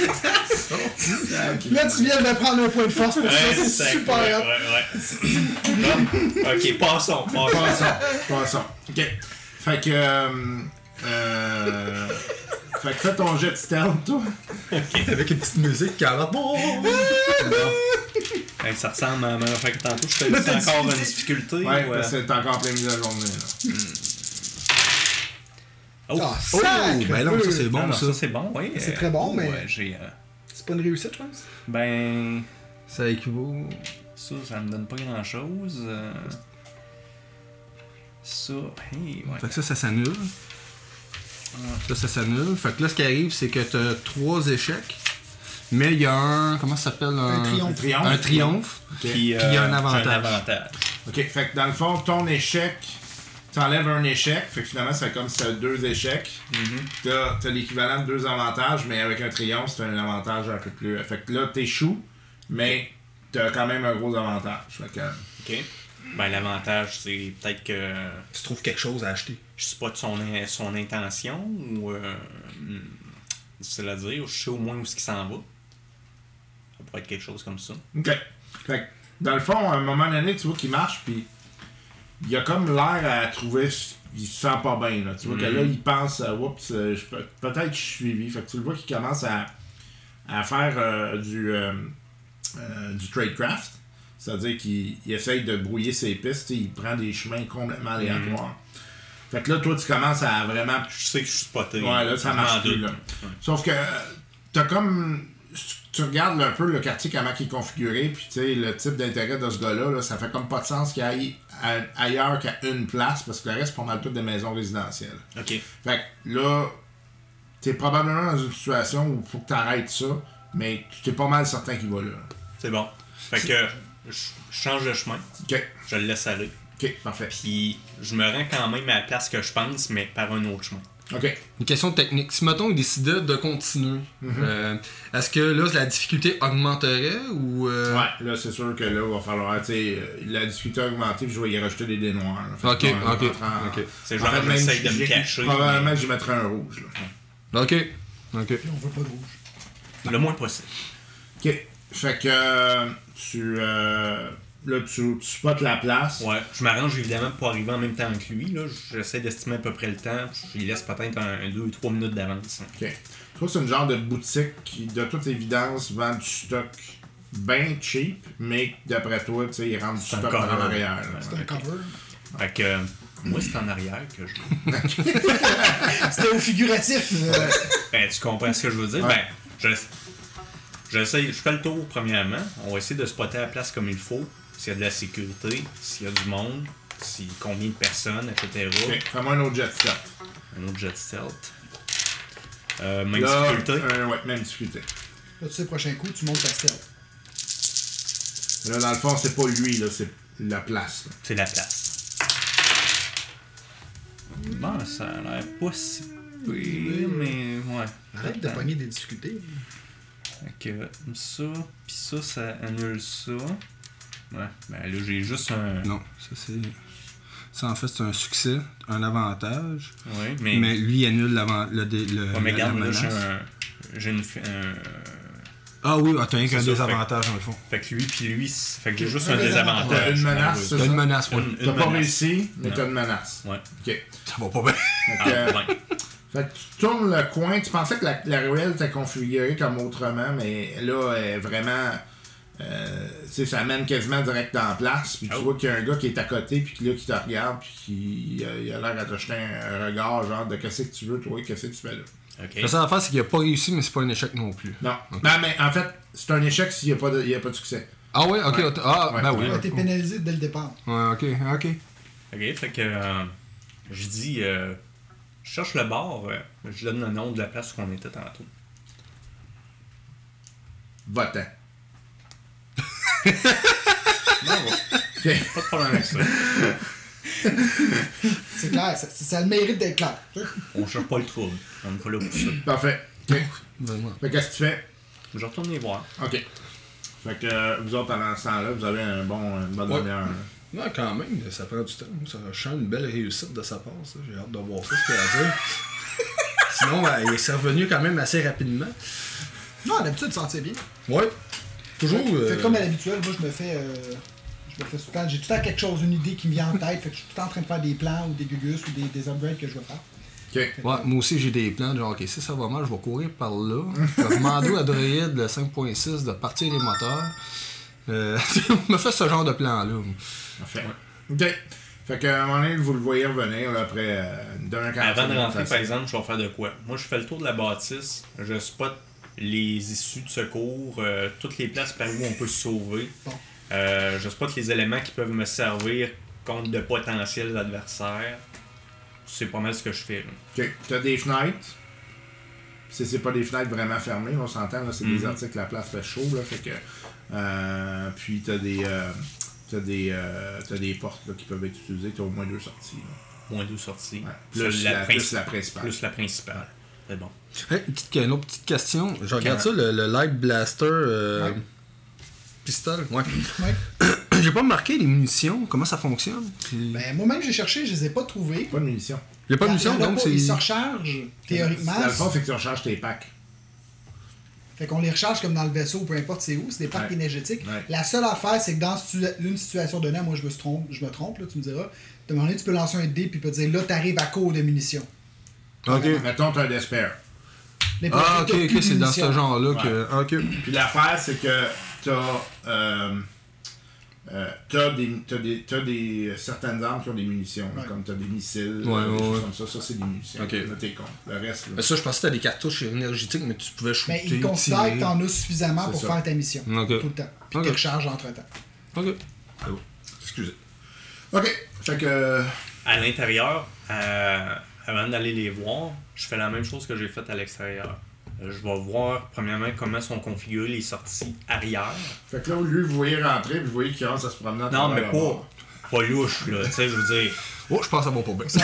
Là, tu viens de prendre un point de force pour Ouais, ça, c'est ça, super ouais, hot. ouais, ouais. Bon, ok, passons, passons. Passons. Passons. Ok. Fait que. Euh, euh, fait que fais ton jet de stealth, toi. Avec une petite musique qui a l'air. Fait que ça ressemble à ma fait que tantôt, je te laisse t'as encore difficulté. une difficulté. Ouais, ou, parce euh, que c'est encore plein milieu de la journée, là. Oh, Ah, Oh, sacre ben non, ça c'est Ah bon non, ça. ça c'est bon, oui. C'est euh, très bon, mais- ouais, j'ai. euh, C'est pas une réussite, je pense. ben. Ça équivaut. Ça, ça me donne pas grand chose. Euh... Ça, hey, ouais. Fait que ça, ça s'annule. Ça, ça s'annule. Fait que là, ce qui arrive, c'est que t'as trois échecs. Mais il y a un. Comment ça s'appelle? Un triomphe. Un triomphe. Un triomphe. Ok. Puis, Puis il y a un j'ai avantage. un avantage. Ok, fait que dans le fond, ton échec, t'enlèves un échec, fait que finalement, c'est comme si t'as deux échecs. T'as, t'as l'équivalent de deux avantages, mais avec un triomphe, c'est un avantage un peu plus. Fait que là, t'échoues, mais t'as quand même un gros avantage. Fait que. Ok. Ben, l'avantage, c'est peut-être que Tu trouves quelque chose à acheter. je sais pas de son, son intention ou. Euh, c'est-à-dire, je sais au moins où est-ce qu'il s'en va. Ça pourrait être quelque chose comme ça. Ok. Fait que, dans le fond, à un moment donné, tu vois qu'il marche, puis il a comme l'air à trouver. Il se sent pas bien, là. Tu vois que là, il pense, euh, oups, euh, je peux- peut-être je suis suivi. Fait que tu le vois qu'il commence à, à faire euh, du, euh, euh, du tradecraft. C'est-à-dire qu'il il essaye de brouiller ses pistes, il prend des chemins complètement aléatoires. Fait que là, toi, tu commences à vraiment. Je sais que je suis spoté. Ouais, là, ça Je marche m'en plus, doute. là. Sauf que t'as comme. Tu regardes un peu le quartier, comment il est configuré, puis tu sais, le type d'intérêt de ce gars-là, là, ça fait comme pas de sens qu'il aille à- ailleurs qu'à une place, parce que le reste, c'est pas mal toutes des maisons résidentielles. Ok. Fait que là, t'es probablement dans une situation où il faut que t'arrêtes ça, mais tu t'es pas mal certain qu'il va là. C'est bon. Fait que je je change de chemin. Ok, Je le laisse aller. ok, parfait. Puis je me rends quand même à la place que je pense, mais par un autre chemin. Ok. Une question technique. Si, mettons, il décidait de continuer, euh, est-ce que là, la difficulté augmenterait ou. euh, Ouais, là, c'est sûr que là, il va falloir, tu sais, euh, la difficulté a augmenté, puis je vais y rajouter des dés noirs. là. Fait Ok, que, on ok, rentre en- ok. C'est En genre, fait, même, j'essaye de me j'ai- cacher. Probablement, mais j'y mettrais un rouge, là. Ok. Ok. Puis on veut pas de rouge. le moins possible. Ok. Fait que euh, tu. Euh, là, tu, tu spots la place. Ouais, je m'arrange évidemment pour arriver en même temps que lui. Là. J'essaie d'estimer à peu près le temps. Je lui laisse peut-être un deux ou trois minutes d'avance. Ok. Je trouve que c'est une genre de boutique qui, de toute évidence, vend du stock bien cheap, mais d'après toi, tu sais, il rentre du C'est un stock cover. par en arrière. là. C'est un cover. Fait que euh, moi, c'est en arrière que je. C'était au figuratif. euh, Ben, tu comprends ce que je veux dire? Ouais. Ben, je. J'essaie, je fais le tour premièrement. On va essayer de spotter la place comme il faut. S'il y a de la sécurité, s'il y a du monde, si, combien de personnes, et cetera. Ok. Fais-moi un autre jet stealth. Un autre jet stealth. Euh, même Là, difficulté. euh, ouais, même difficulté. Là, tu sais, prochain coup, tu montes ta stealth. Là, dans le fond, c'est pas lui, là, c'est la place. là. C'est la place. Bon, ça a l'air pas si pire, mais ouais. Arrête de Attends. pogner des difficultés. Fait que ça, pis ça, ça annule ça. Ouais, ben là j'ai juste un. Non, ça c'est. Ça en fait c'est un succès, un avantage. Ouais, mais. Mais lui il annule l'avant, le, dé- le, Ouais, mais la regarde, là menace. j'ai un. J'ai une. Un... Ah oui, ah, t'as rien qu'un C'est ça, désavantage dans le fond. Fait que lui, puis lui, c'est- fait que j'ai juste Un un désavantage. désavantage. Une menace, malheureusement. c'est T'as ça? une menace, ouais. Une- T'as une pas menace. réussi, mais Non. t'as une menace. Ouais. Ok. Ça va pas bien. Fait Ah, que, euh, ouais. fait que tu tournes le coin, tu pensais que la, la ruelle était configurée comme autrement, mais là, elle est vraiment. Euh, tu sais, ça mène quasiment direct dans la place. Puis tu Oh. vois qu'il y a un gars qui est à côté, puis là, qui te regarde, puis qui euh, il a l'air à te jeter un regard, genre de qu'est-ce que tu veux, toi, qu'est-ce que tu fais là. Ok. La seule affaire, c'est qu'il a pas réussi, mais c'est pas un échec non plus. Non. Ben, mais en fait, c'est un échec s'il n'y a, pas de- il y a pas de succès. Ah ouais, ok. Ouais. Ah, Ouais. ben oui. Tu été pénalisé dès le départ. Ouais, ok, ok. Ok, fait que euh, je dis, euh, je cherche le bar, euh, je donne le nom de la place où on était tantôt. Va-t'en. Bravo. Ok. Pas de problème avec ça. C'est clair, ça, ça a le mérite d'être clair. On cherche pas le trouble. On n'est pas là pour ça. Parfait. Ok. Vraiment. Fait qu'est-ce que tu fais? Je retourne les voir. Ok. Fait que euh, vous autres, pendant ce temps-là, vous avez un bon, une bonne Ouais. demi-heure. là. Non, quand même, ça prend du temps. Ça sent une belle réussite de sa part, ça. J'ai hâte de voir ça, ce qu'il y a à dire. Sinon, ben, il est revenu quand même assez rapidement. Non, d'habitude, tu te sentais bien. Ouais. Toujours. Fait, euh, fait comme à l'habituel, moi, je me fais. euh, je me fais tout le temps. J'ai tout le temps quelque chose, une idée qui me vient en tête. Fait que je suis tout le temps en train de faire des plans ou des gugus ou des, des upgrades que je veux faire. Ok. Ouais, moi aussi j'ai des plans, genre ok, si ça va mal, je vais courir par là. Je vais demander à Droid le cinq point six de partir les moteurs. Euh, on me fait ce genre de plan-là. Parfait. Ok. Fait qu'à un moment donné, vous le voyez revenir là, après euh, une dernière quarantaine Avant de minutes rentrer, par facile. exemple, je vais faire de quoi? Moi, je fais le tour de la bâtisse, je spot les issues de secours, euh, toutes les places par où on peut se sauver. Bon. Euh, je spot les éléments qui peuvent me servir contre de potentiels adversaires. C'est pas mal ce que je fais. Là. Ok. T'as des fenêtres. C'est, c'est pas des fenêtres vraiment fermées, là, on s'entend, là, c'est des Mhm. articles, la place fait chaud, là, fait que. Euh, puis t'as des. Euh, t'as des. Euh, t'as des portes là, qui peuvent être utilisées, t'as au moins deux sorties. Là. Moins deux sorties. Ouais. Plus, Plus, la la, princi- plus la principale. plus la principale. C'est bon. Hey, une, petite, une autre petite question. Je regarde ça, le, le Light Blaster euh, Ouais. pistol. Ouais. Ouais. J'ai pas marqué les munitions, comment ça fonctionne. Puis- Ben, moi-même, j'ai cherché, je les ai pas trouvés. Pas de munitions. Il y a pas de Il y en munitions, a donc pas, c'est. Ils se rechargent, théoriquement. Dans le fond, c'est que tu recharges tes packs. Fait qu'on les recharge comme dans le vaisseau, peu importe c'est où, c'est des parcs Ouais. énergétiques. Ouais. La seule affaire, c'est que dans situa- une situation donnée, moi je me trompe, je me trompe, là, tu me diras, de un moment donné, tu peux lancer un dé puis il peut te dire là, t'arrives à court de munitions. Ok. Mettons, t'as un Despair. Les Ah, produits, ok, t'as plus ok, de c'est dans munitions. ce genre-là Ouais. que. Ah, ok. Puis l'affaire, c'est que t'as. Euh, euh, t'as des, t'as des, t'as des certaines armes qui ont des munitions, là, Ouais. comme t'as des missiles, Ouais, euh, des ouais, choses ouais. comme ça. Ça, c'est des munitions. Ok. Là, t'es con. Le reste, là. Mais ça, je pensais que t'as des cartouches énergétiques, mais tu pouvais shooter. Mais ils considèrent tirer. que t'en as suffisamment C'est pour ça. faire ta mission. Ok. Tout le temps. Puis Ok. tu recharges entre-temps. Ok. C'est bon. Excusez. Ok. Fait que. À l'intérieur, euh, avant d'aller les voir, je fais la même chose que j'ai faite à l'extérieur. Euh, Je vais voir, premièrement, comment sont configurées les sorties arrière. Fait que là, lui, vous voyez rentrer, puis vous voyez qu'il commence à se promener à Non, travers mais le pas, bord. pas louche, là. Tu sais, je veux dire, Oh, je pense que ça va pas bien.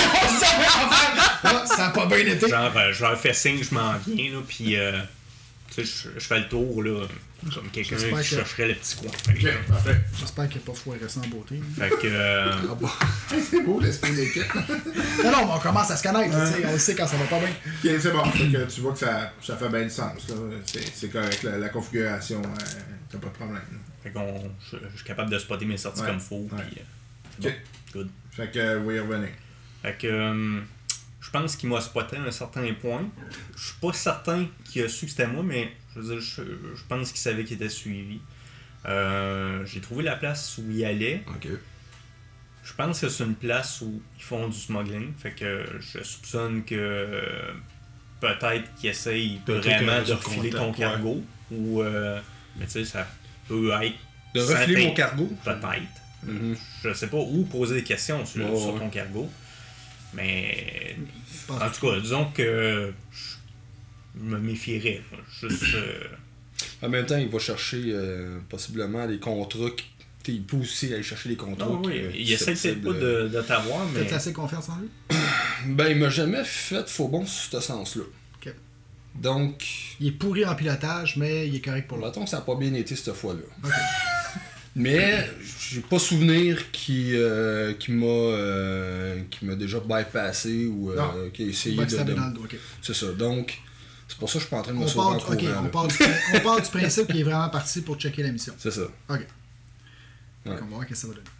Ah, ça a pas bien été. genre, euh, je leur fais signe, je m'en viens, là, puis, euh, tu sais, je, je fais le tour, là, comme quelqu'un J'espère qui que- chercherait le petit coin. Ok, parfait. J'espère qu'il n'y a pas foiré ça en beauté. Fait que, euh, Ah bon. C'est beau, l'esprit d'équipe. Non, non, mais on commence à se connaître. tu sais, On le sait quand ça va pas bien. Ok, c'est bon. Fait que tu vois que ça, ça fait bien du sens. Là. C'est, c'est correct. La, la configuration, euh, t'as pas de problème. fait qu'on, je, je suis capable de spotter mes sorties Ouais, comme faut, ouais. puis, euh, c'est Ok. bon, good. Fait que euh, vous y revenez. Fait que euh, je pense qu'il m'a spoté à un certain point. Je suis pas certain qu'il a su que c'était moi, mais je veux dire, je, je pense qu'il savait qu'il était suivi. Euh, j'ai trouvé la place où il allait. Ok. Je pense que c'est une place où ils font du smuggling. Fait que je soupçonne que euh, peut-être qu'ils essayent De vraiment récupérer de son refiler ton contact, ouais. cargo. Ou euh, mais tu sais, ça peut être. De sans refiler mon tête. cargo. Peut-être. Mhm. Je sais pas où poser des questions sur, Ouais, sur ouais. ton cargo. Mais Je pense en tout cas, disons que je me méfierais. moi. Juste, euh, En même temps, il va chercher euh, possiblement des contrats. qui- t'sais, il peut aussi aller chercher des contrats. non, qui oui, peuvent il être essaie peut-être susceptibles, pas de, de t'avoir, mais T'as assez confiance en lui? Ben, il m'a jamais fait faux bon sur ce sens-là. Ok. Donc, Il est pourri en pilotage, mais il est correct pour l'autre. mettons que ça n'a pas bien été cette fois-là. Ok. Mais, j'ai pas souvenir qu'il euh, qu'il m'a euh, qu'il m'a déjà bypassé ou euh, Non. qu'il a essayé Il va de. te stabber de- dans le dos, ok. C'est ça. Donc, C'est pour ça que je suis pas en train de me On sauver part, en du, courant. ok, on là. part du, on part du principe qu'il est vraiment parti pour checker la mission. C'est ça. Ok. Ouais. On va voir ce que ça va donner.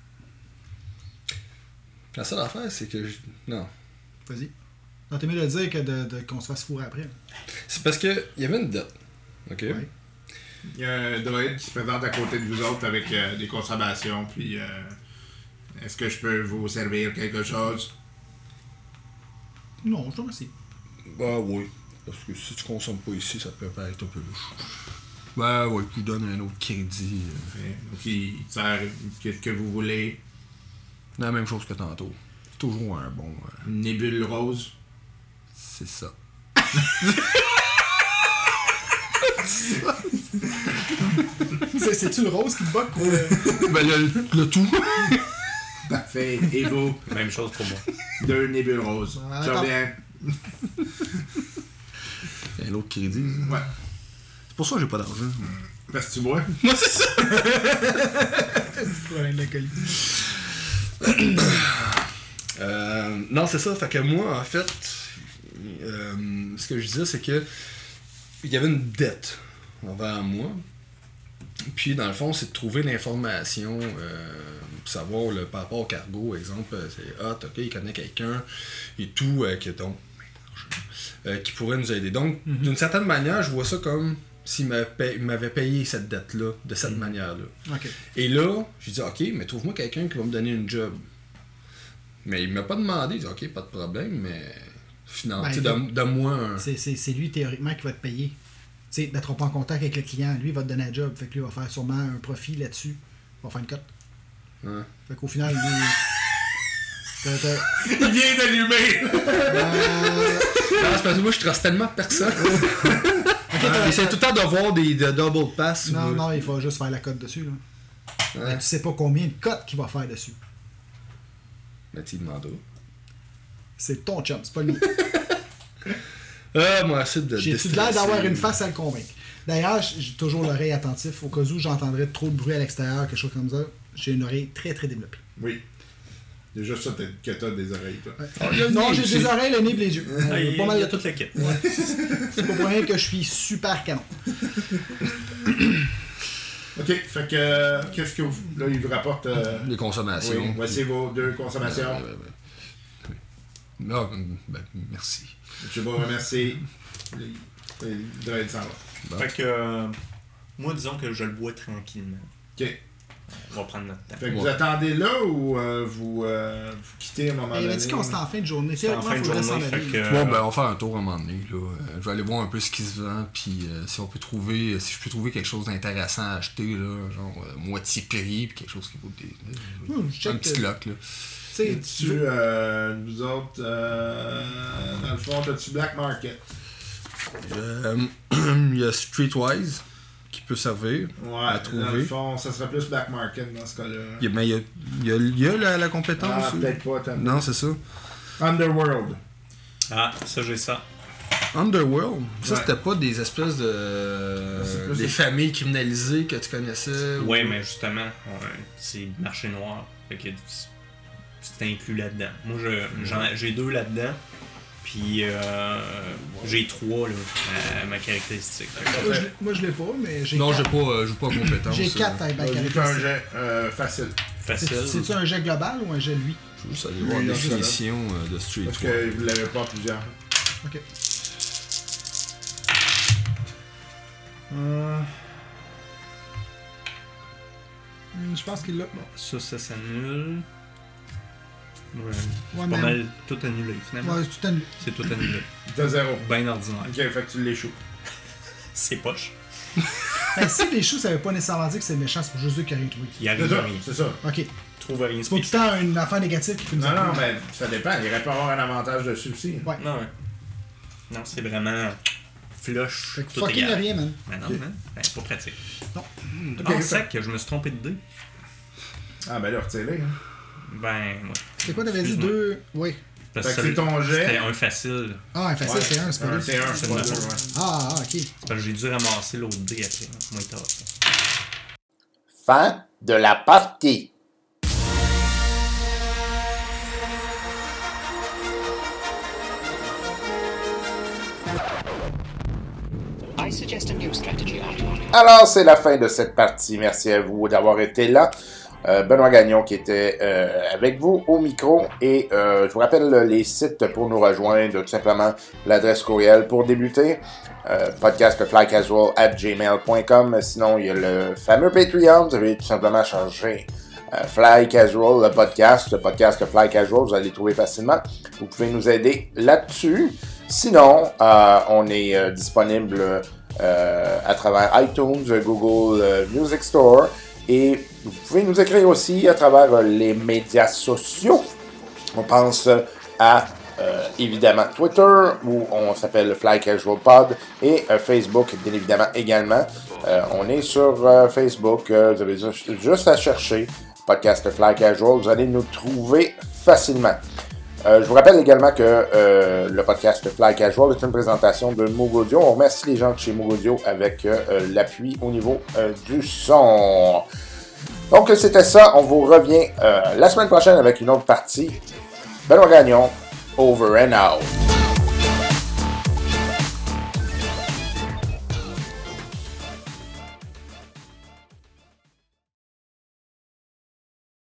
La seule affaire, c'est que... Je... Non. Vas-y. Non, t'es mieux de le dire que de, de, qu'on se fasse fourrer après. C'est parce que il y avait une date. OK? Ouais. Il y a un droïde qui se présente à côté de vous autres avec euh, des consommations, puis... Euh, est-ce que je peux vous servir quelque chose? Non, je te remercie. Bah oui. Parce que si tu consommes pas ici, ça peut paraître un peu louche. Ben oui, je vous donne un autre crédit. euh, Ouais, donc, il sert qu'est-ce que vous voulez. La même chose que tantôt. C'est toujours un bon... euh, Une nébule rose. c'est ça. C'est, c'est-tu le rose qui te boque ou... euh? Ben le, le tout. Parfait. Et vous? Même chose pour moi. Deux nébules roses. Ouais, Je attends. reviens. Un autre crédit. ça. Ouais. C'est pour ça que j'ai pas d'argent. Parce que tu bois. Moi, c'est ça. C'est problème de l'alcool. Euh, non, c'est ça. Fait que moi, en fait, euh, ce que je disais, c'est que il y avait une dette envers moi. Puis, dans le fond, c'est de trouver l'information, euh, pour savoir le, par rapport au cargo, exemple, euh, c'est hot, ok, il connaît quelqu'un et tout, euh, qui, donc, euh, qui pourrait nous aider. Donc, Mhm. d'une certaine manière, je vois ça comme s'il m'avait payé, il m'avait payé cette dette-là, de cette Mhm. manière-là. Ok. Et là, j'ai dit, ok, mais trouve-moi quelqu'un qui va me donner une job. Mais il m'a pas demandé, il dit, ok, pas de problème, mais finalement, Ben, tu sais, il donne- donne-moi un. C'est, c'est, c'est lui, théoriquement, qui va te payer. Tu sais, d'être pas en contact avec le client. Lui, il va te donner un job. Fait que lui, il va faire sûrement un profit là-dessus. Il va faire une cote. Ouais. Fait qu'au final, lui... T'as, t'as- Il vient d'allumer! Euh, Non, c'est parce que moi, je trace tellement personne. J'essaie tout le temps de voir des de double pass. non, ou- non, il faut juste faire la cote dessus. Là. Ouais. Mais tu sais pas combien de cotes qu'il va faire dessus. Mais tu demandes. C'est ton chum, c'est pas le mien. Ah, moi, c'est de. J'ai-tu de l'air d'avoir une face à le convaincre? D'ailleurs, j'ai toujours l'oreille attentive. Au cas où j'entendrais trop de bruit à l'extérieur, quelque chose comme ça, j'ai une oreille très très développée. Oui. C'est juste ça t'as- que t'as des oreilles, toi. Non, j'ai aussi. des oreilles, le nez et les yeux. Euh, Ah, il pas mal il y de a tout. toute l'équipe. C'est pas pour rien que je suis super canon. Ok, fait que. euh, Qu'est-ce que vous. Là, il vous rapporte. euh, Les consommations. oui, voici vos deux consommations. Ouais, ouais, ouais. Ah, ben, merci. Je vous remercie. Il il devrait être sans va. Bon. Fait que. euh, moi, disons que je le bois tranquillement. Ok. On va prendre notre temps. Fait que Ouais. vous attendez là ou euh, vous, euh, vous quittez à un moment Il donné? avait dit qu'on c'était en fin de journée. C'est en fin de Théoriquement, journée. faudrait s'en Fait aller. que. Bon, ben, on va faire un tour à un moment donné. Là. Euh, je vais aller voir un peu ce qui se vend. Puis euh, si on peut trouver. Si je peux trouver quelque chose d'intéressant à acheter, là, genre euh, moitié prix, puis quelque chose qui vaut des. Hum, je un check petit que- lock, là. Tu sais, Tu, euh, vous autres, euh, dans le fond, t'as-tu Black Market? Euh, Il y a Streetwise qui peut servir. Ouais, À dans trouver. le fond, ça serait plus Black Market dans ce cas-là. Il y a, mais il y a, il y a, il y a la, la compétence. Ah, ou- peut-être pas, t'as Non, c'est ça. Underworld. Ah, ça, j'ai ça. Underworld, ça Ouais. c'était pas des espèces de. C'est plus des des- familles criminalisées que tu connaissais. ou- Ouais, mais justement, ouais, c'est marché noir. Fait que c'est inclus là-dedans. Moi, je- j'en- j'ai deux là-dedans. Puis euh, j'ai trois là, à ma caractéristique. Fait que- moi, je, l'ai- moi, je l'ai pas, mais j'ai Non, j'ai quatre. pas, euh, j'ai pas compétence. J'ai euh. quatre avec ma J'ai fait un caractéristique. jet euh, facile. Facile. C'est- C'est-tu un jet global ou un jet lui? Je veux juste aller voir Oui, la non, c'est définition euh, de Street Parce trois. que vous l'avez pas plusieurs. Ok. Euh, Hum, Je pense qu'il l'a. bon, ça, ça s'annule. Ouais, Ouais, c'est pas mais- mal tout annulé finalement. Ouais, c'est tout annulé. C'est tout annulé. T'as zéro. Ben ordinaire. Ok, fait que tu l'échoues. C'est poche. Ben, si les choux, ça veut pas nécessairement dire que c'est méchant, c'est pour juste eux qui arrivent trouvé. Il C'est arrive ça, rien. c'est ça. Ok. Trouve rien. C'est pas tout le temps une affaire négative qui peut nous Non, non, arriver. mais ça dépend. Il aurait pu avoir un avantage dessus aussi. Ouais. Non, ouais. Non, c'est vraiment flush. Fait que Tout fucking égal. rien, man. Ben non, Ok. hein? Ben, c'est pas pratique. Non. Ok, Ah, fait- sac, je me suis trompé de dé. Ah, ben là, retire-les. Hein. Ben, ouais. C'est quoi, t'avais dit Excuse-moi. deux. Oui. Parce Fait que celui- c'est ton jet. C'était un facile. Ah, un facile, Ouais. c'est un, c'est pas Un, deux. c'est un, C'est c'est pas de ma deux, faute. ouais. Ah, ah, ok. Parce que j'ai dû ramasser l'autre dé après. Moins tard. Fin de la partie. suggest a new strategy, Archon. Alors, c'est la fin de cette partie. Merci à vous d'avoir été là. Euh, Benoît Gagnon qui était euh, avec vous au micro. Et euh, je vous rappelle les sites pour nous rejoindre. Tout simplement l'adresse courriel pour débuter. Euh, podcast fly casual at gmail point com. Sinon, il y a le fameux Patreon. Vous avez tout simplement changé euh, Fly Casual, le podcast. Le podcast Fly Casual, vous allez le trouver facilement. Vous pouvez nous aider là-dessus. Sinon, euh, on est euh, disponible euh, à travers iTunes, Google euh, Music Store. Et vous pouvez nous écrire aussi à travers euh, les médias sociaux. On pense à, euh, évidemment, Twitter, où on s'appelle Fly Casual Pod, et euh, Facebook, bien évidemment, également. Euh, on est sur euh, Facebook. Euh, vous avez juste, juste à chercher Podcast Fly Casual. Vous allez nous trouver facilement. Euh, je vous rappelle également que euh, le podcast Fly Casual est une présentation de Moog Audio. On remercie les gens de chez Moog Audio avec euh, l'appui au niveau euh, du son. Donc, c'était ça. On vous revient euh, la semaine prochaine avec une autre partie. Benoît Gagnon, over and out.